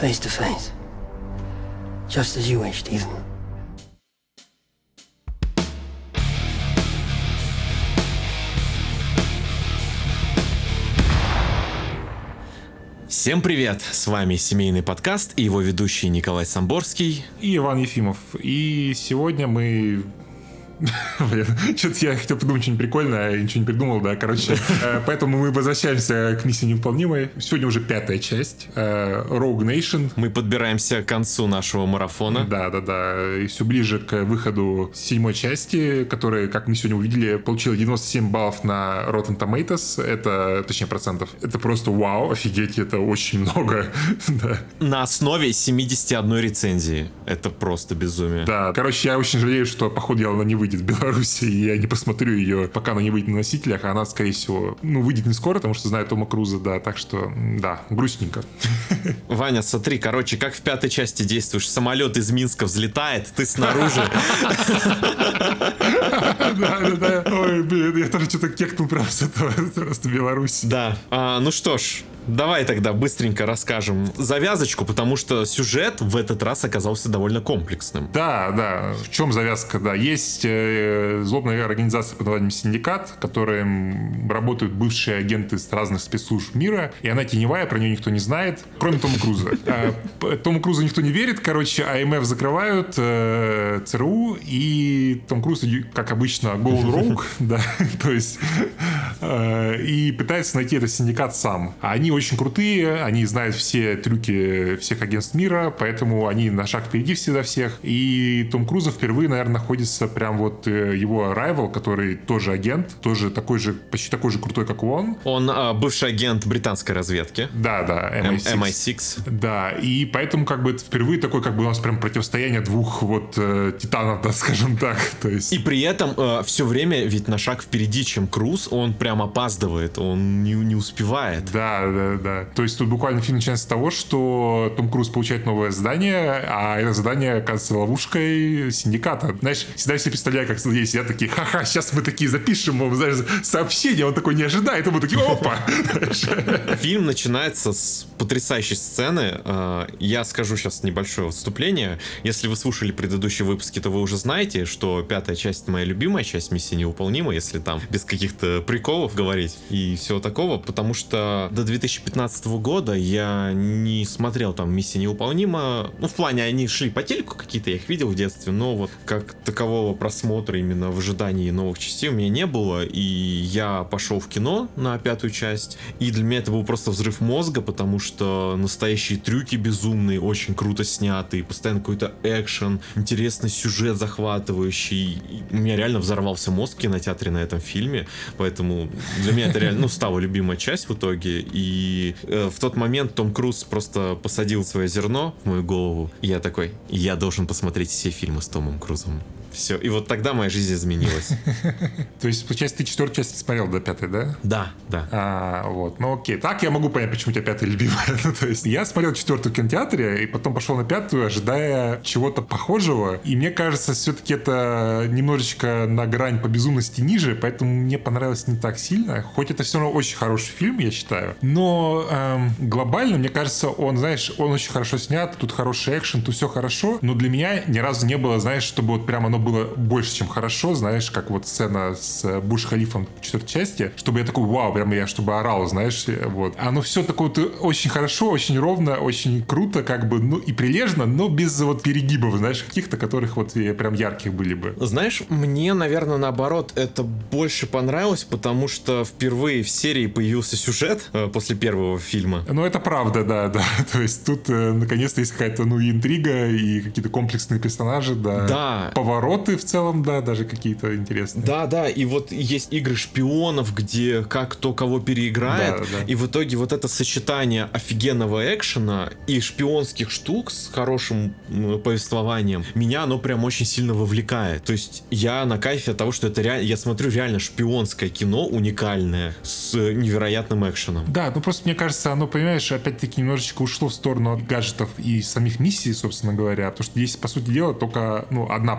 face to face. Just as you wished, Ethan. Всем привет! С вами семейный подкаст и его ведущий Николай Самборский и Иван Ефимов. И сегодня мы... Блин, что-то я хотел придумать что-нибудь прикольное, а я ничего не придумал, да, короче. Поэтому мы возвращаемся к миссии невыполнимой. Сегодня уже 5-я часть, Rogue Nation. Мы подбираемся к концу нашего марафона. Да. И все ближе к выходу 7-й части, которая, как мы сегодня увидели, получила 97 баллов на Rotten Tomatoes. Это, точнее, процентов. Это просто вау, офигеть, это очень много. Да. На основе 71 рецензии. Это просто безумие. Да, короче, я очень жалею, что, походу, она не выйдет в Беларуси, и я не посмотрю ее, пока она не выйдет на носителях, а она, скорее всего, выйдет не скоро, потому что знаю Тома Круза, да, так что, да, грустненько. Ваня, смотри, короче, как в 5-й части действуешь, самолет из Минска взлетает, ты снаружи. Да. Ой, блин, я тоже что-то кекнул прям с этого, просто Беларусь. Да, ну что ж, давай тогда быстренько расскажем завязочку, потому что сюжет в этот раз оказался довольно комплексным. Да, в чем завязка, да, есть злобная организация под названием Синдикат, в которой работают бывшие агенты с разных спецслужб мира, и она теневая, про нее никто не знает, кроме Тома Круза. Тому Крузу никто не верит, короче, АМФ закрывают, ЦРУ, и Том Круз, как обычно, Gold Rogue, да, то есть, и пытается найти этот синдикат сам. Они очень крутые, они знают все трюки всех агентств мира, поэтому они на шаг впереди всегда всех, и Том Круза впервые, наверное, находится прям вот его райвал, который тоже агент, тоже такой же, почти такой же крутой, как он. Он бывший агент британской разведки. Да, MI6. Да, и поэтому как бы впервые такой как бы у нас прям противостояние двух вот титанов, да, скажем так. То есть... И при этом все время ведь на шаг впереди, чем Круз, он прям опаздывает, он не успевает. Да. То есть тут буквально фильм начинается с того, что Том Круз получает новое задание, а это задание оказывается ловушкой синдиката. Знаешь, всегда себе представляю, как злодеи сидят такие, ха-ха, сейчас мы такие запишем, знаешь, сообщение, он такой не ожидает, и мы такие, опа! Фильм начинается с потрясающей сцены. Я скажу сейчас небольшое вступление. Если вы слушали предыдущие выпуски, то вы уже знаете, что 5-я часть моя любимая часть «Миссии невыполнима», если там без каких-то приколов говорить и всего такого, потому что до 2015 года я не смотрел там «Миссия невыполнима». В плане они шли по телеку какие-то, я их видел в детстве, но вот как такового просмотра именно в ожидании новых частей у меня не было, и я пошел в кино на 5-ю часть, и для меня это был просто взрыв мозга, потому что настоящие трюки безумные, очень круто снятые, постоянно какой-то экшен, интересный сюжет захватывающий. У меня реально взорвался мозг в кинотеатре на этом фильме, поэтому для меня это реально, стала любимая часть в итоге, и в тот момент Том Круз просто посадил свое зерно в мою голову, и я такой, я должен посмотреть все фильмы с Томом Крузом. Все, и вот тогда моя жизнь изменилась. То есть, получается, ты 4-ю часть смотрел до 5-й, да? Да. Вот, окей. Так я могу понять, почему у тебя 5-я любимая. То есть, я смотрел 4-ю в кинотеатре, и потом пошел на 5-ю, ожидая чего-то похожего. И мне кажется, все-таки это немножечко на грань по безумности ниже, поэтому мне понравилось не так сильно. Хоть это все равно очень хороший фильм, я считаю. Но глобально, мне кажется, он, знаешь, он очень хорошо снят, тут хороший экшен, тут все хорошо. Но для меня ни разу не было, знаешь, чтобы вот прям оно было больше, чем хорошо, знаешь, как вот сцена с Бурдж-Халифом в 4-й части, чтобы я такой, вау, прям я чтобы орал, знаешь, вот. Оно все такое вот очень хорошо, очень ровно, очень круто, как бы, и прилежно, но без вот перегибов, знаешь, каких-то, которых вот прям ярких были бы. Знаешь, мне, наверное, наоборот, это больше понравилось, потому что впервые в серии появился сюжет после первого фильма. Ну, это правда, да. То есть тут наконец-то есть какая-то, и интрига, и какие-то комплексные персонажи, да. Да. Повороты в целом, да, даже какие-то интересные. Да, и вот есть игры шпионов, где как кто кого переиграет, да. И в итоге вот это сочетание офигенного экшена и шпионских штук с хорошим повествованием, меня оно прям очень сильно вовлекает. То есть я на кайфе от того, что это реально, я смотрю реально шпионское кино уникальное с невероятным экшеном. Да, просто мне кажется, оно, понимаешь, опять-таки немножечко ушло в сторону от гаджетов и самих миссий, собственно говоря, потому что здесь, по сути дела, только, одна полноценная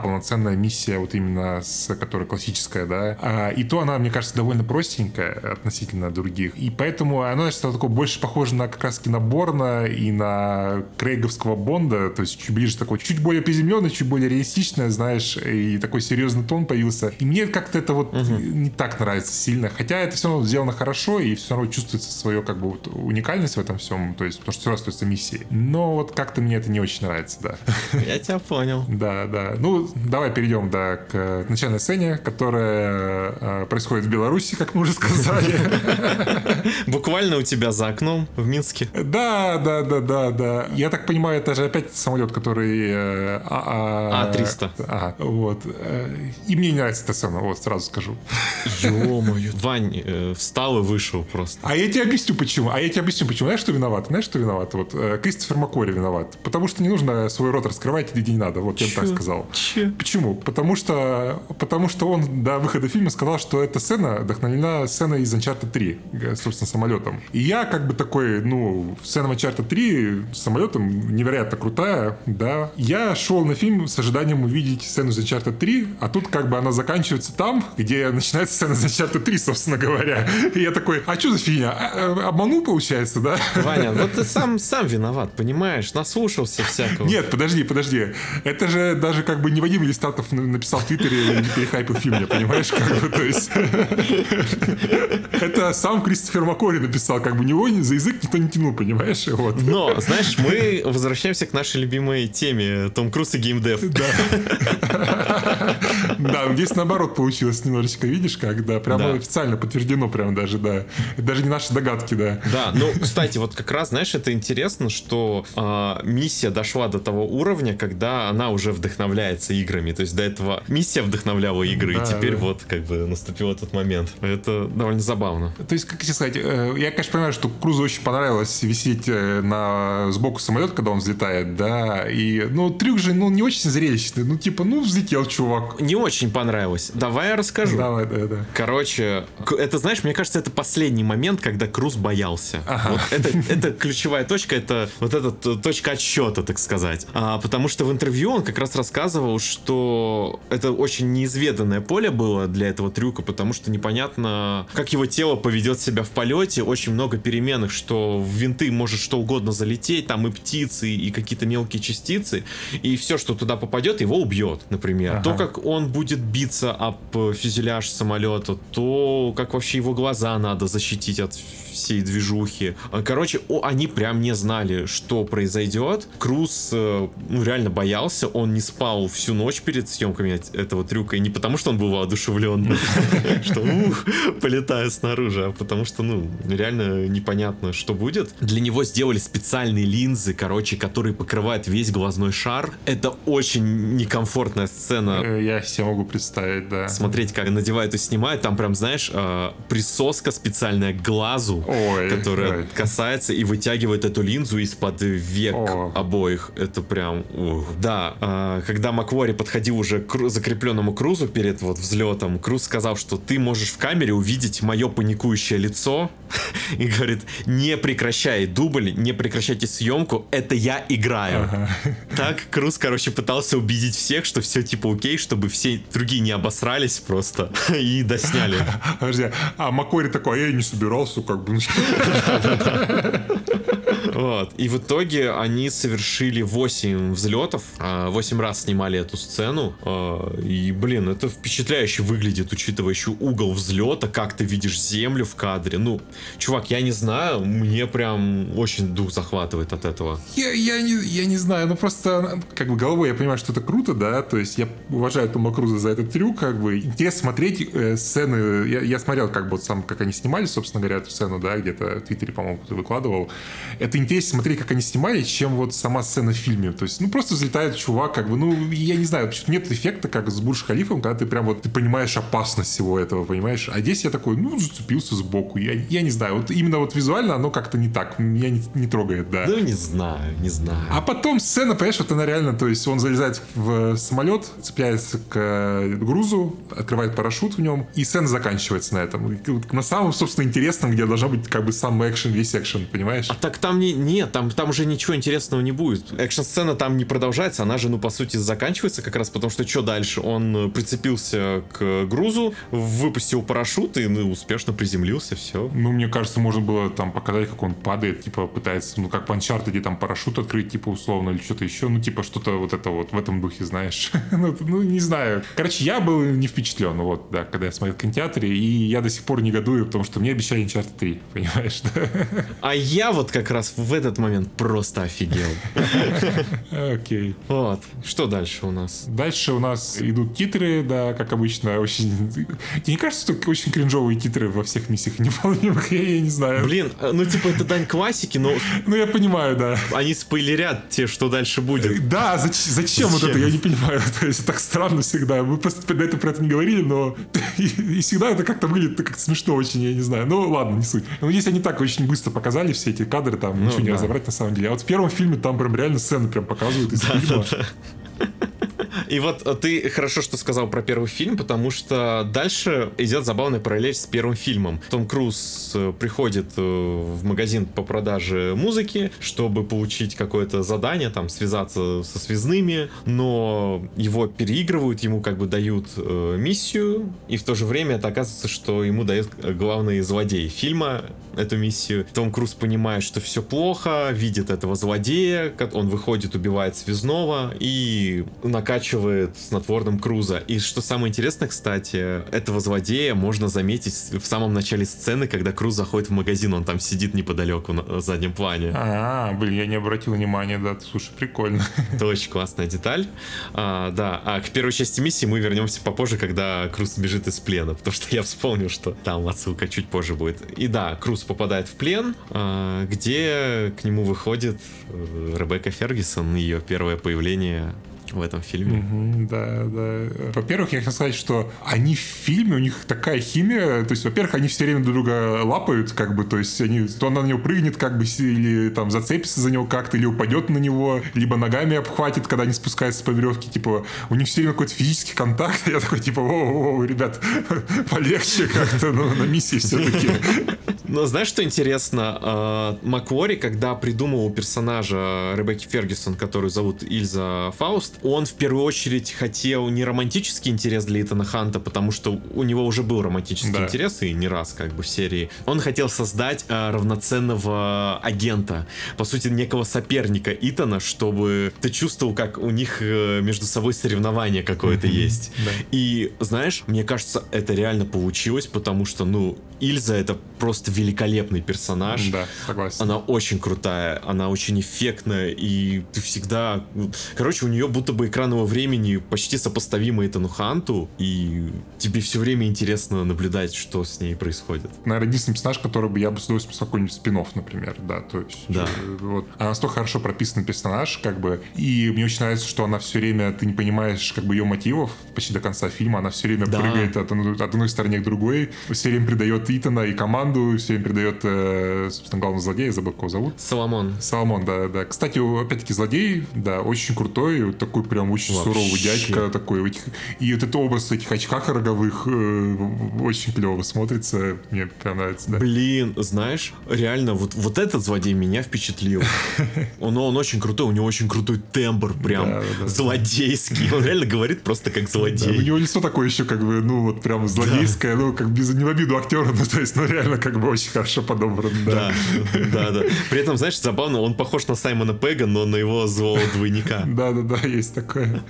полноценная миссия, вот именно которая классическая, да, и то она, мне кажется, довольно простенькая относительно других. И поэтому она, стала такой больше похожа на как раз-таки на Борна и на крейговского Бонда, то есть чуть ближе такой, чуть более приземленный, чуть более реалистичный, знаешь, и такой серьезный тон появился. И мне как-то это вот не так нравится сильно, хотя это все равно сделано хорошо, и все равно чувствуется свое как бы вот уникальность в этом всем, то есть потому что все равно остается миссией. Но вот как-то мне это не очень нравится, да. Я тебя понял. Да, да. Ну, давай перейдем, да, к начальной сцене, которая происходит в Беларуси, как мы уже сказали. Bуквально у тебя за окном в Минске. Да. Я так понимаю, это же опять самолет, который... А-300. Ага, вот. И мне не нравится эта сцена, вот, сразу скажу. Ё-моё. Вань встал и вышел просто. А я тебе объясню, почему. Знаешь, что виноват? Вот Кристофер Маккуори виноват. Потому что не нужно свой рот раскрывать, где не надо. Вот я бы так сказал. Почему? Потому что он до выхода фильма сказал, что эта сцена вдохновлена сценой из Uncharted 3, собственно, самолетом. И я как бы такой, сцена в Uncharted 3 с самолетом невероятно крутая, да. Я шел на фильм с ожиданием увидеть сцену из Uncharted 3, а тут как бы она заканчивается там, где начинается сцена из Uncharted 3, собственно говоря. И я такой, а что за фигня? Обманул, получается, да? Ваня, вот ты сам виноват, понимаешь? Наслушался всякого. Нет, подожди. Это же даже как бы не Вадим Елистатов написал в Твиттере и перехайпил фильм, понимаешь? Как бы, то есть... Это сам Кристофер Маккуори написал, как бы него за язык никто не тянул, понимаешь? Вот. Но, знаешь, мы возвращаемся к нашей любимой теме Том Круз и геймдев. Да, здесь наоборот получилось немножечко, видишь, когда прямо официально подтверждено прям даже, да. Даже не наши догадки, да. Да, кстати, вот как раз, знаешь, это интересно, что миссия дошла до того уровня, когда она уже вдохновляется играми. То есть до этого миссия вдохновляла игры, и теперь вот как бы наступил этот момент. Это довольно забавно. То есть, как тебе сказать, я, конечно, понимаю, что Крузу очень понравилось висеть сбоку самолета, когда он взлетает, да, и, трюк же, не очень зрелищный, взлетел чувак. Не очень понравилось. Давай я расскажу. Давай, да. Короче, это, знаешь, мне кажется, это последний момент, когда Круз боялся. Ага. Вот это ключевая точка, это вот эта точка отсчета, так сказать. Потому что в интервью он как раз рассказывал, что это очень неизведанное поле было для этого трюка, потому что непонятно, как его тело поведет себя в полете, очень много переменных, что в винты может что угодно залететь, там и птицы, и какие-то мелкие частицы, и все, что туда попадет, его убьет, например. Ага. То, как он будет биться об фюзеляж самолета, то, как вообще его глаза надо защитить от всей движухи. Короче, они прям не знали, что произойдет. Круз реально боялся, он не спал всю ночь перед съемками этого трюка, и не потому, что он был воодушевлен, что полетаю снаружи, а потому что, реально непонятно, что будет. Для него сделали специальные линзы, которые покрывают весь глазной шар. Это очень некомфортная сцена. Я себе могу представить, да. Смотреть, как надевают и снимают, там прям, знаешь, присоска специальная к глазу, которая касается и вытягивает эту линзу из-под век обоих. Это прям... Да, когда Маккуори подходил уже к закрепленному Крузу перед взлетом, Круз сказал, что ты можешь в камере увидеть мое паникующее лицо, и говорит, не прекращай дубль, не прекращайте съемку, это я играю. Ага. Так Круз, пытался убедить всех, что все типа окей, чтобы все другие не обосрались просто и досняли. Подожди, а Маккуори такой, а я и не собирался, как бы. Вот. И в итоге они совершили 8 взлетов, 8 раз снимали эту сцену. И, блин, это впечатляюще выглядит, учитывая еще угол взлета, как ты видишь землю в кадре. Чувак, я не знаю, мне прям очень дух захватывает от этого. Я не знаю, просто головой я понимаю, что это круто, да, то есть я уважаю Тома Круза за этот трюк, интересно смотреть сцены, я смотрел, как они снимали, собственно говоря, эту сцену, да, где-то в Твиттере, по-моему, кто-то выкладывал. Это интереснее смотреть, как они снимали, чем сама сцена в фильме. То есть, просто взлетает чувак, я не знаю, нет эффекта, как с Бурдж-Халифом, когда ты прям ты понимаешь опасность всего этого, понимаешь? А здесь я такой, зацепился сбоку. Я не знаю, именно визуально оно как-то не так, меня не трогает, да. Да не знаю. А потом сцена, понимаешь, она реально, то есть он залезает в самолет, цепляется к грузу, открывает парашют в нем, и сцена заканчивается на этом. На самом, собственно, интересном, где должна быть сам экшен, весь экшен, понимаешь? А так там Нет, там уже ничего интересного не будет. Экшн-сцена там не продолжается, она же, ну, по сути, заканчивается как раз потому, что что дальше? Он прицепился к грузу, выпустил парашют и, ну, успешно приземлился, все. Ну, мне кажется, можно было там показать, как он падает, типа, пытается, ну, как в Uncharted, там парашют открыть, типа, условно, или что-то еще, ну, типа, что-то вот это вот в этом духе, знаешь. Ну, не знаю. Короче, я был не впечатлен, вот, да, когда я смотрел в кинотеатре, и я до сих пор негодую, потому что мне обещали Uncharted 3, понимаешь, да? А я вот как раз в этот момент просто офигел. Окей. Вот. Что дальше у нас? Дальше у нас идут титры, да, как обычно, очень... Тебе не кажется, что очень кринжовые титры во всех миссиях невыполнимых? Я не знаю. Блин, ну типа это дань классики, но... Ну я понимаю, да. Они спойлерят те, что дальше будет. Да, зачем вот это, я не понимаю. То есть так странно всегда. Мы просто до этого про это не говорили, но и всегда это как-то выглядит как-то смешно очень, я не знаю. Ну ладно, не суть. Но здесь они так очень быстро показали все эти кадры, там ничего не разобрать на самом деле. А вот в первом фильме там прям реально сцены прям показывают из фильма. И вот ты хорошо, что сказал про первый фильм, потому что дальше идет забавная параллель с первым фильмом. Том Круз приходит в магазин по продаже музыки, чтобы получить какое-то задание, там, связаться со связными, но его переигрывают, ему как бы дают миссию, и в то же время это оказывается, что ему дает главный злодей фильма эту миссию. Том Круз понимает, что все плохо, видит этого злодея, он выходит, убивает связного и накачивает снотворным Круза. И что самое интересное, кстати, этого злодея можно заметить в самом начале сцены, когда Круз заходит в магазин, он там сидит неподалеку на заднем плане. Блин, я не обратил внимания, да, слушай, прикольно. Это очень классная деталь. Да, а к первой части миссии мы вернемся попозже, когда Круз бежит из плена, потому что я вспомнил, что там отсылка чуть позже будет. И да, Круз попадает в плен, где к нему выходит Ребекка Фергюсон, ее первое появление в этом фильме. Да. Во-первых, я хотел сказать, что они в фильме, у них такая химия, то есть, во-первых, они все время друг друга лапают, как бы, то есть, они, то она на него прыгнет, как бы, или там зацепится за него как-то, или упадет на него, либо ногами обхватит, когда они спускаются по веревке, типа, у них все время какой-то физический контакт, я такой, типа, о, ребят, полегче как-то, на миссии все-таки. Но знаешь, что интересно? Маккуори, когда придумал персонажа Ребекки Фергюсон, которую зовут Ильза Фауст, он в первую очередь хотел не романтический интерес для Итана Ханта, потому что у него уже был романтический интерес, и не раз как бы в серии. Он хотел создать равноценного агента, по сути, некого соперника Итана, чтобы ты чувствовал, как у них между собой соревнование какое-то есть. И знаешь, мне кажется, это реально получилось, потому что, Ильза — это просто великолепный персонаж. Да, согласен. Она очень крутая, она очень эффектная, и ты всегда... Короче, у нее будто бы экранного времени почти сопоставимо Итану Ханту, и тебе все время интересно наблюдать, что с ней происходит. Наверное, единственный персонаж, который бы я бы с удовольствием какой-нибудь спин-офф, например, да, то есть... Да. Вот. Она настолько хорошо прописанный персонаж, как бы, и мне очень нравится, что она все время, ты не понимаешь, как бы, ее мотивов почти до конца фильма, она все время прыгает от одной стороны к другой, все время придает Итана и команду, все время придает, собственно, главного злодея, забыл, кого зовут. Соломон, да. Кстати, опять-таки, злодей, да, очень крутой, вот такой прям очень суровый дядька такой. И вот этот образ в этих очках роговых очень клево смотрится. Мне прям нравится, да. Блин, знаешь, реально, вот этот злодей меня впечатлил. Он очень крутой, у него очень крутой тембр, прям злодейский. Он реально говорит просто как злодей. У него лицо такое еще, как бы, вот прям злодейское, как без не в обиду актера, то есть, реально, как бы, очень хорошо подобран. Да. При этом, знаешь, забавно, он похож на Саймона Пегга, но на его злого двойника. Да, есть такое.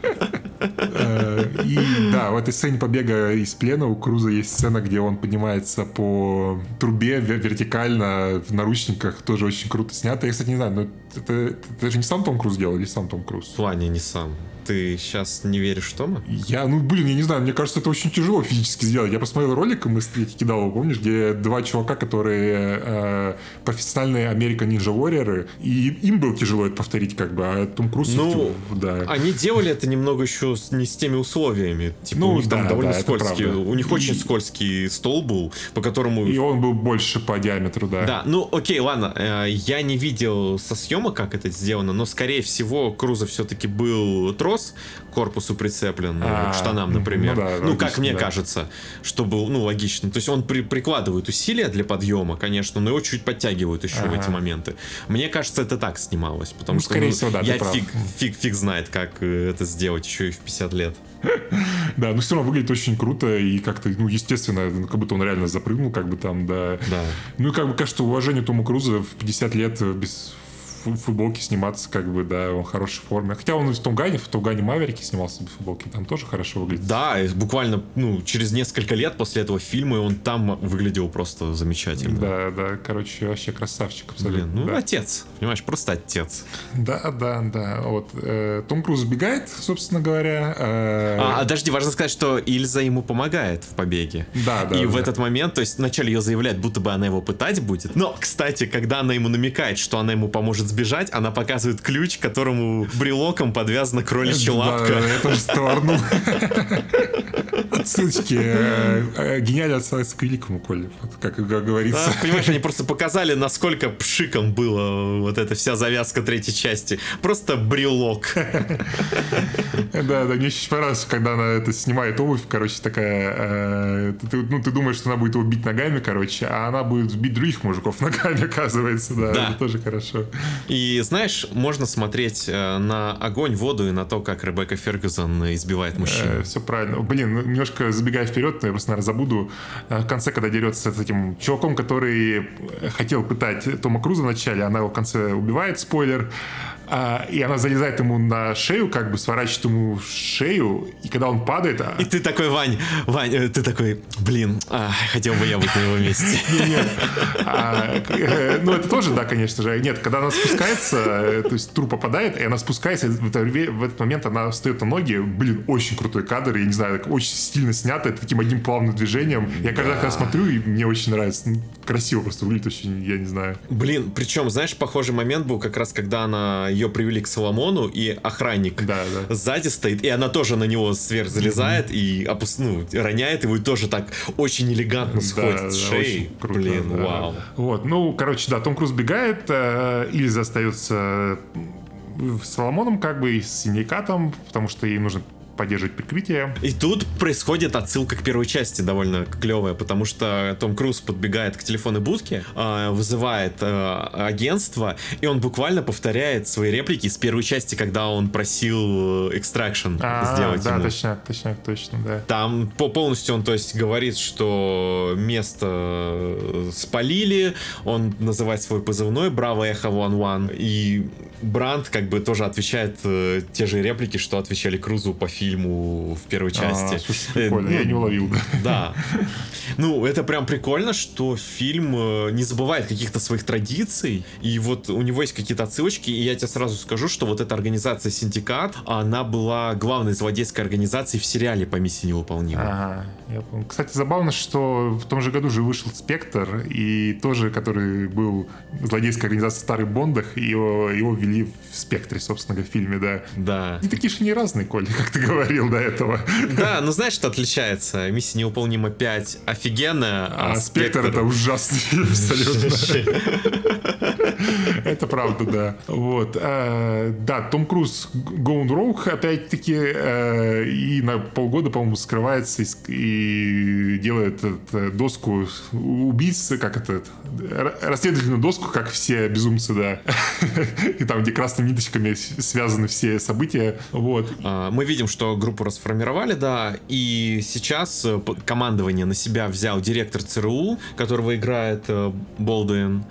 И да, в этой сцене побега из плена у Круза есть сцена, где он поднимается по трубе вертикально в наручниках, тоже очень круто снято. Я, кстати, не знаю, но это же не сам Том Круз делал или сам Том Круз? В плане не сам. Ты сейчас не веришь в Тома? Я не знаю, мне кажется, это очень тяжело физически сделать. Я посмотрел ролик, я тебе кидал его, помнишь, где два чувака, которые профессиональные American Ninja Warrior, и им было тяжело это повторить, как бы, а Том Круз... да. Они делали это немного еще не с теми условиями. Типа, у них там довольно скользкий, у них очень скользкий стол был, по которому... И он был больше по диаметру, да. Да, окей, ладно, я не видел со съемок, подъема, как это сделано, но, скорее всего, Круза все-таки был трос к корпусу прицеплен, к штанам, например. Как мне кажется, что был, логично. То есть он прикладывает усилия для подъема, конечно, но его чуть подтягивают еще в эти моменты. Мне кажется, это так снималось, потому что скорее всего, да, я фиг знает, как это сделать еще и в 50 лет. Да, но все равно выглядит очень круто и как-то, естественно, как будто он реально запрыгнул, как бы там, да. Ну и как бы, кажется, уважение Тому Круза в 50 лет без футболки сниматься, как бы, да, он в хорошей форме. Хотя он в Том Гане Маверике снимался без футболки, там тоже хорошо выглядит. Да, буквально, через несколько лет после этого фильма он там выглядел просто замечательно. Да, короче, вообще красавчик абсолютно. Отец, понимаешь, просто отец. Да, вот. Том Круз сбегает, собственно говоря. Подожди, важно сказать, что Ильза ему помогает в побеге. Да. И в этот момент, то есть вначале ее заявляет, будто бы она его пытать будет. Но, кстати, когда она ему намекает, что она ему поможет сбежать, она показывает ключ, которому брелоком подвязана кроличья лапка. Да, я тоже створнул. Ссылочки гениально отсылаются к великому Коле, как говорится. Понимаешь, они просто показали, насколько пшиком была вот эта вся завязка третьей части. Просто брелок. Да, мне очень понравилось, когда она это снимает обувь, короче, такая... Ты думаешь, что она будет его бить ногами, короче, а она будет бить других мужиков ногами, оказывается, да. Это тоже хорошо. И знаешь, можно смотреть на огонь, воду и на то, как Ребекка Фергюсон избивает мужчин. Все правильно. Блин, немножко забегая вперед, но я просто, наверное, забуду. В конце, когда дерется с этим чуваком, который хотел пытать Тома Круза в начале, она его в конце убивает, спойлер. И она залезает ему на шею, как бы сворачивает ему шею, и когда он падает... И ты такой, Вань, ты такой, блин, хотел бы я быть на его месте. Нет. Это тоже, да, конечно же. Нет, когда она спускается, то есть труп попадает, и она спускается, и в этот момент она встает на ноги. Блин, очень крутой кадр, я не знаю, очень стильно снято, это таким одним плавным движением. Я каждый раз смотрю, и мне очень нравится. Красиво просто выглядит очень, я не знаю. Блин, причем, знаешь, похожий момент был как раз, когда ее привели к Соломону, и охранник сзади стоит, и она тоже на него сверх залезает и роняет его, и тоже так очень элегантно сходит с шеи. Круто, блин, вау. Вот, короче, Том Круз бегает, Ильза остается с Соломоном, как бы, и с Синдикатом, потому что ей нужно поддерживать прикрытие. И тут происходит отсылка к первой части довольно клевая, потому что Том Круз подбегает к телефонной будке, вызывает агентство, и он буквально повторяет свои реплики с первой части, когда он просил Extraction сделать ему. Да, точно, да. Там полностью он, то есть, говорит, что место спалили, он называет свой позывной Браво Эхо 1-1, и Брандт как бы тоже отвечает те же реплики, что отвечали Крузу по фильму в первой части. Слушай, прикольно, я не уловил. Да. Это прям прикольно, что фильм не забывает каких-то своих традиций, и вот у него есть какие-то отсылочки, и я тебе сразу скажу, что вот эта организация Синдикат, она была главной злодейской организацией в сериале по миссии невыполнима. Ага, я понял. Кстати, забавно, что в том же году же вышел Спектр, и тоже, который был злодейской организацией в старых Бондах, его ввели в Спектре, собственно говоря, в фильме, да. Да. И такие же не разные, Коля, как ты говорил до этого. Да, знаешь, что отличается? Миссия невыполнима 5 офигенная, а Спектр это ужасный фильм, абсолютно. Это правда, да. Вот. Да, Том Круз Gone Rogue, опять-таки, и на полгода, по-моему, скрывается и делает доску убийцы, как это, расследовательную доску, как все безумцы, да. И там, где красными ниточками связаны все события. Вот. Мы видим, что группу расформировали, да, и сейчас командование на себя взял директор ЦРУ, которого играет Болдуин.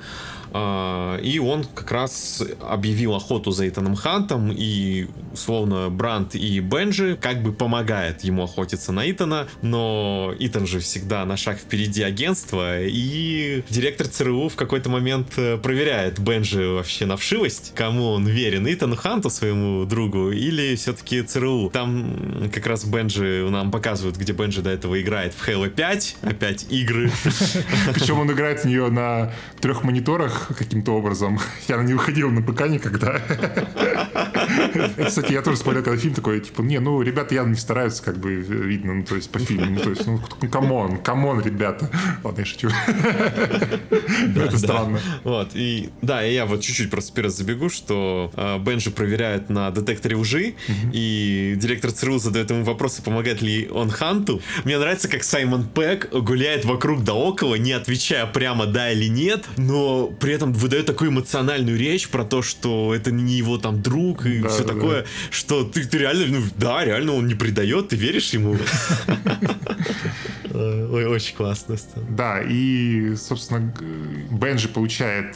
И он как раз объявил охоту за Итаном Хантом, и условно Брандт и Бенджи как бы помогает ему охотиться на Итана, но Итан же всегда на шаг впереди агентства, и директор ЦРУ в какой-то момент проверяет Бенджи вообще на вшивость, кому он верен, Итану Ханту, своему другу, или все-таки ЦРУ. Там как раз Бенджи нам показывают, где Бенджи до этого играет в Halo 5, опять игры. Причем он играет в нее на 3 мониторах каким-то образом. Я не выходил на ПК никогда. Кстати, я тоже смотрел, когда фильм такой, типа, ребята явно не стараются, как бы, видно, то есть, по фильму, то есть, камон, ребята. Ладно, я шучу. Это странно. Вот, и я вот чуть-чуть просто вперед забегу, что Бенджи проверяет на детекторе лжи, и директор ЦРУ задает ему вопросы, помогает ли он Ханту. Мне нравится, как Саймон Пегг гуляет вокруг да около, не отвечая прямо да или нет, но при этом выдает такую эмоциональную речь про то, что это не его там друг и все такое, что ты реально, реально он не предает, ты веришь ему? Ой, очень классно. Да, и, собственно, Бенджи получает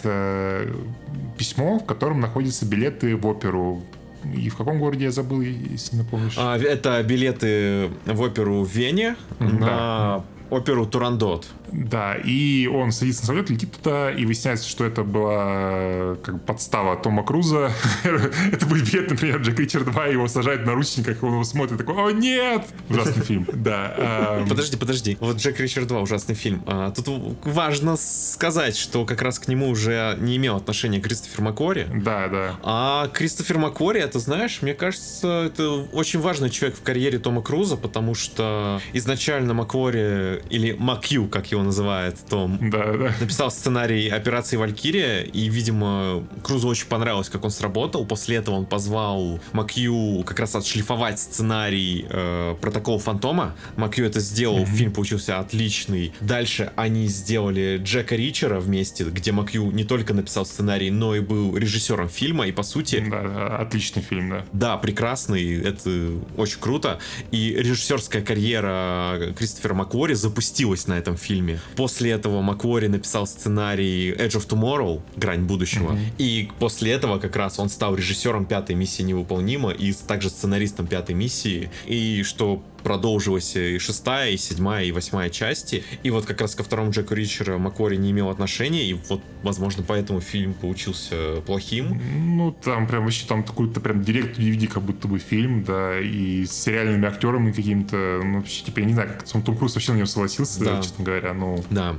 письмо, в котором находятся билеты в оперу. И в каком городе, я забыл, если напомнишь? Это билеты в оперу в Вене на оперу Турандот. Да, и он садится на самолет, летит туда, и выясняется, что это была как бы подстава Тома Круза. Это был билет, например, Джек Ричер 2, его сажают на наручниках, и он его смотрит, такой, о нет! Ужасный фильм, да. Подожди, вот Джек Ричер 2, ужасный фильм. Тут важно сказать, что как раз к нему уже не имел отношения Кристофер МакКуори. Да. А Кристофер МакКуори, это, знаешь, мне кажется, это очень важный человек в карьере Тома Круза, потому что изначально МакКуори, или Макью, как его называет Том, написал сценарий «Операции Валькирия», и, видимо, Крузу очень понравилось, как он сработал. После этого он позвал Макью как раз отшлифовать сценарий «Протокол Фантома». Макью это сделал, фильм получился отличный. Дальше они сделали Джека Ричера вместе, где Макью не только написал сценарий, но и был режиссером фильма, и, по сути... Да, отличный фильм, да. Да, прекрасный, это очень круто. И режиссерская карьера Кристофера МакКуори запустилась на этом фильме. После этого МакКуори написал сценарий Edge of Tomorrow, «Грань будущего», и после этого как раз он стал режиссером «Пятой миссии невыполнима» и также сценаристом «Пятой миссии», и что продолжилась и 6-я, и 7-я, и 8-я части. И вот как раз ко второму Джеку Ричера МакКуори не имел отношения, и вот, возможно, поэтому фильм получился плохим. Там прям вообще там какой-то прям директ-DVD как будто бы фильм, да, и с сериальными актерами какими-то, вообще, типа, я не знаю, как Том Круз вообще на него согласился, честно говоря, Да.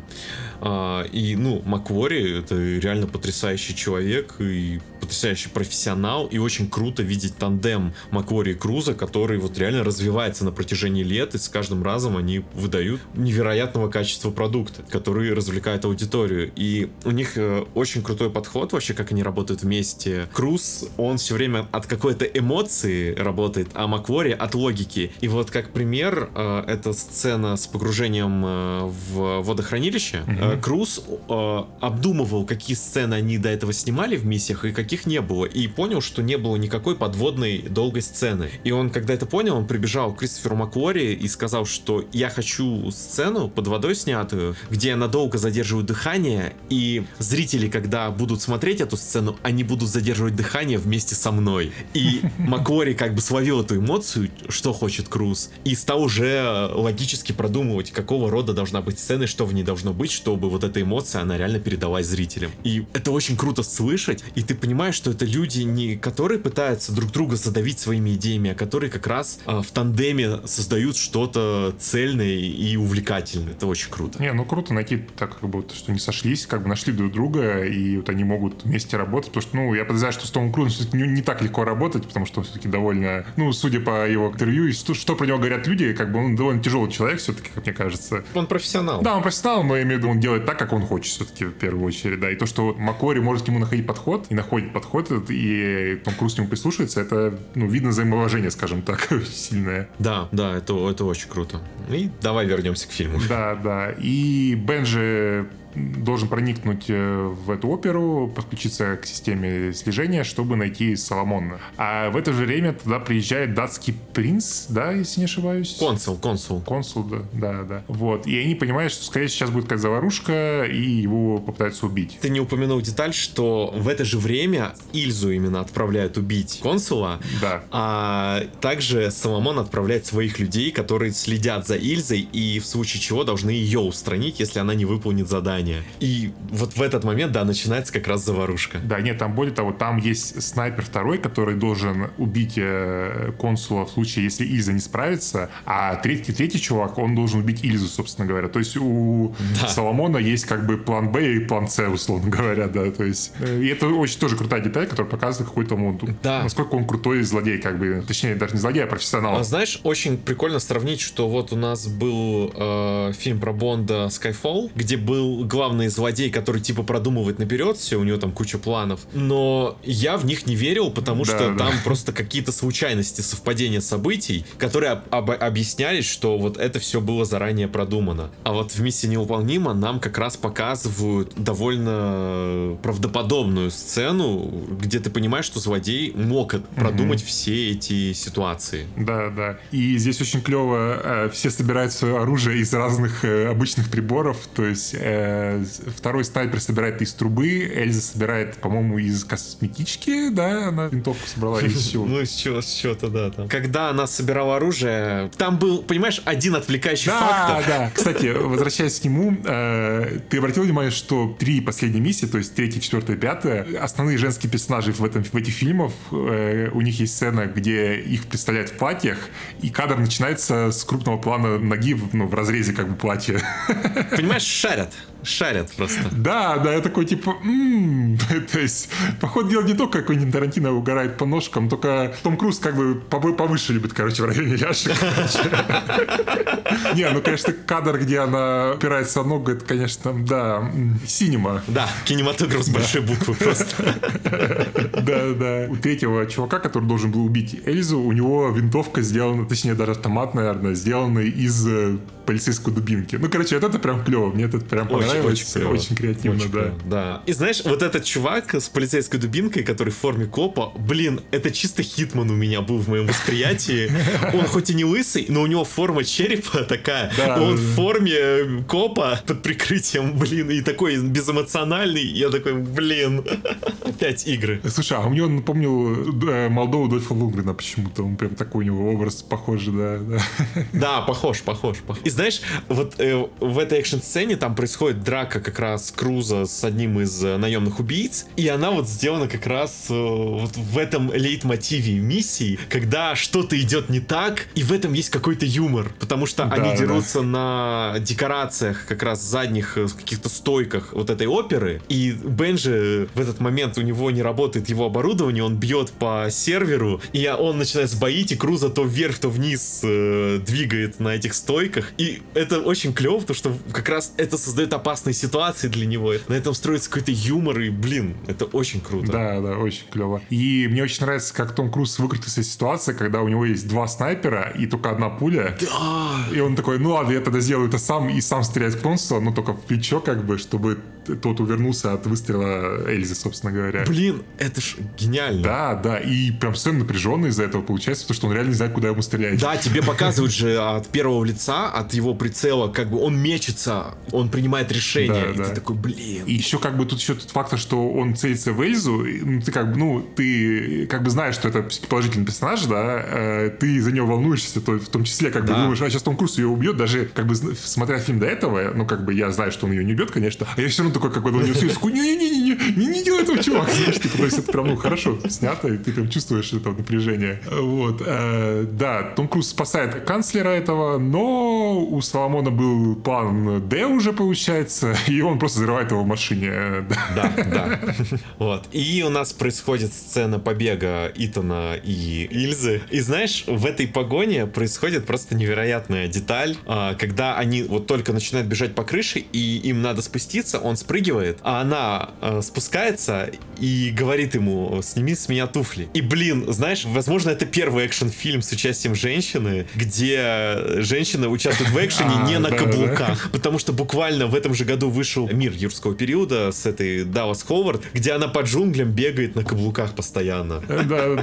И, МакКуори — это реально потрясающий человек и потрясающий профессионал, и очень круто видеть тандем МакКуори и Круза, который вот реально развивается на протяжении лет, и с каждым разом они выдают невероятного качества продукты, который развлекает аудиторию. И у них очень крутой подход вообще, как они работают вместе. Круз, он все время от какой-то эмоции работает, а МакКуори от логики. И вот как пример, это сцена с погружением в водохранилище. Круз обдумывал, какие сцены они до этого снимали в миссиях и каких не было, и понял, что не было никакой подводной долгой сцены. И он, когда это понял, он прибежал к Кристоферу МакКуори и сказал, что я хочу сцену под водой снятую, где я надолго задерживаю дыхание, и зрители, когда будут смотреть эту сцену, они будут задерживать дыхание вместе со мной. И МакКуори как бы словил эту эмоцию, что хочет Круз, и стал уже логически продумывать, какого рода должна быть сцена, что в ней должно быть, чтобы вот эта эмоция, она реально передалась зрителям. И это очень круто слышать, и ты понимаешь, что это люди, не которые пытаются друг друга задавить своими идеями, а которые как раз в тандеме создают что-то цельное и увлекательное. Это очень круто. Круто найти так, как бы, что не сошлись, как бы нашли друг друга, и вот они могут вместе работать, потому что, я подозреваю, что с Томом Крузом все-таки не так легко работать, потому что он все-таки довольно, судя по его интервью, и что про него говорят люди, как бы он довольно тяжелый человек все-таки, как мне кажется. Он профессионал. Да, он профессионал, но я имею в виду, он делает так, как он хочет все-таки в первую очередь, да, и то, что вот МакКуори может к нему находить подход, и находит подход, и Том Круз к нему прислушивается, это, видно взаимоуважение, скажем так, сильное. Да, это очень круто. И давай вернемся к фильму. Да. И Бенджи должен проникнуть в эту оперу, подключиться к системе слежения, чтобы найти Соломона. А в это же время туда приезжает датский принц, да, если не ошибаюсь? Консул, да. Вот. И они понимают, что, скорее всего, сейчас будет какая-то заварушка, и его попытаются убить. Ты не упомянул деталь, что в это же время Ильзу именно отправляют убить консула, да. А также Соломон отправляет своих людей, которые следят за Ильзой и в случае чего должны ее устранить, если она не выполнит задание. здания. И вот в этот момент, да, начинается как раз заварушка. Да, нет, там более того, там есть снайпер второй, который должен убить консула в случае, если Ильза не справится, а третий чувак, он должен убить Ильзу, собственно говоря. То есть у Соломона есть как бы план Б и план С, условно говоря, да, то есть и это очень тоже крутая деталь, которая показывает какой-то насколько он крутой злодей, как бы, точнее, даже не злодей, а профессионал. Знаешь, очень прикольно сравнить, что вот у нас был фильм про Бонда Skyfall, где был главный злодей, который типа продумывает наперед все, у него там куча планов, но я в них не верил, потому что там просто какие-то случайности, совпадения событий, которые объяснялись, что вот это все было заранее продумано. А вот в «Миссии невыполнима» нам как раз показывают довольно правдоподобную сцену, где ты понимаешь, что злодей мог продумать все эти ситуации. Да. И здесь очень клево, все собирают свое оружие из разных обычных приборов, то есть второй снайпер собирает из трубы, Эльза собирает, по-моему, из косметички, да, она винтовку собрала из чего? Ну, из чего-то, да. Там. Когда она собирала оружие, там был, понимаешь, один отвлекающий фактор. Да. Кстати, возвращаясь к нему, ты обратил внимание, что 3 последние миссии, то есть 3, 4, 5, основные женские персонажи в этих фильмах, у них есть сцена, где их представляют в платьях, и кадр начинается с крупного плана ноги в разрезе как бы платья. Понимаешь, шарят просто. Да, я такой типа, то есть, походу дела не только какой-нибудь Тарантино угорает по ножкам, только Том Круз как бы повыше любит, короче, в районе ляжек. Не, ну, конечно, кадр, где она опирается о ногу, это, конечно, да, синема. Да, кинематограф с большой буквы просто. Да. У третьего чувака, который должен был убить Эльзу, у него винтовка сделана, точнее, даже автомат, наверное, сделана из полицейской дубинки. Ну, короче, это прям клево. Мне это прям понравилось. Очень креативно, очень да. И знаешь, вот этот чувак с полицейской дубинкой, который в форме копа, блин, это чисто Хитман у меня был в моем восприятии. Он хоть и не лысый, но у него форма черепа такая. Он в форме копа под прикрытием, блин, и такой безэмоциональный. Я такой, блин, опять игры. Слушай, а мне он напомнил Молдову Дольфа Лундгрена почему-то. Он прям такой у него образ похожий, да. Да, похож. И знаешь, вот в этой экшн-сцене там происходит драка как раз Круза с одним из наемных убийц, и она вот сделана как раз вот в этом лейтмотиве миссии, когда что-то идет не так, и в этом есть какой-то юмор, потому что они дерутся на декорациях как раз задних каких-то стойках вот этой оперы, и Бенджи в этот момент, у него не работает его оборудование, он бьет по серверу, и он начинает сбоить, и Круза то вверх, то вниз двигает на этих стойках, и это очень клево, потому что как раз это создает опасные ситуации для него. На этом строится какой-то юмор, и, блин, это очень круто. Да, очень клево. И мне очень нравится, как Том Круз выкрутился из ситуации, когда у него есть 2 снайпера и только 1 пуля. Да. И он такой, ну ладно, я тогда сделаю это сам, и сам стреляет в консула, но только в плечо, как бы, чтобы тот увернулся от выстрела Эльзы, собственно говоря. Блин, это ж гениально. Да, и прям сцена напряженная из-за этого получается, потому что он реально не знает, куда ему стрелять. Да, тебе показывают же от первого лица, от его прицела, как бы он мечется, он принимает решение, и ты такой, блин. И еще как бы тут еще тот фактор, что он целится в Эльзу, ты как бы знаешь, что это положительный персонаж, да, ты за него волнуешься, в том числе как бы думаешь, сейчас Том Круз ее убьет, даже как бы смотря фильм до этого, ну как бы я знаю, что он ее не убьет, конечно, а я все равно такой, как бы, у него такой, не делай этого, чувак, знаешь, типа, то есть это прям, хорошо снято, и ты прям чувствуешь это напряжение. Вот, да, Том Круз спасает канцлера этого, но у Соломона был план Д уже, получается, и он просто взрывает его в машине. Да. Вот. И у нас происходит сцена побега Итана и Ильзы. И знаешь, в этой погоне происходит просто невероятная деталь, когда они вот только начинают бежать по крыше, и им надо спуститься, он спрыгивает, а она спускается и говорит ему: сними с меня туфли. И, блин, знаешь, возможно, это первый экшн-фильм с участием женщины, где женщина участвует в экшене не на каблуках. Потому что буквально в этом же году вышел «Мир юрского периода» с этой Даллас Ховард, где она по джунглям бегает на каблуках постоянно. Да.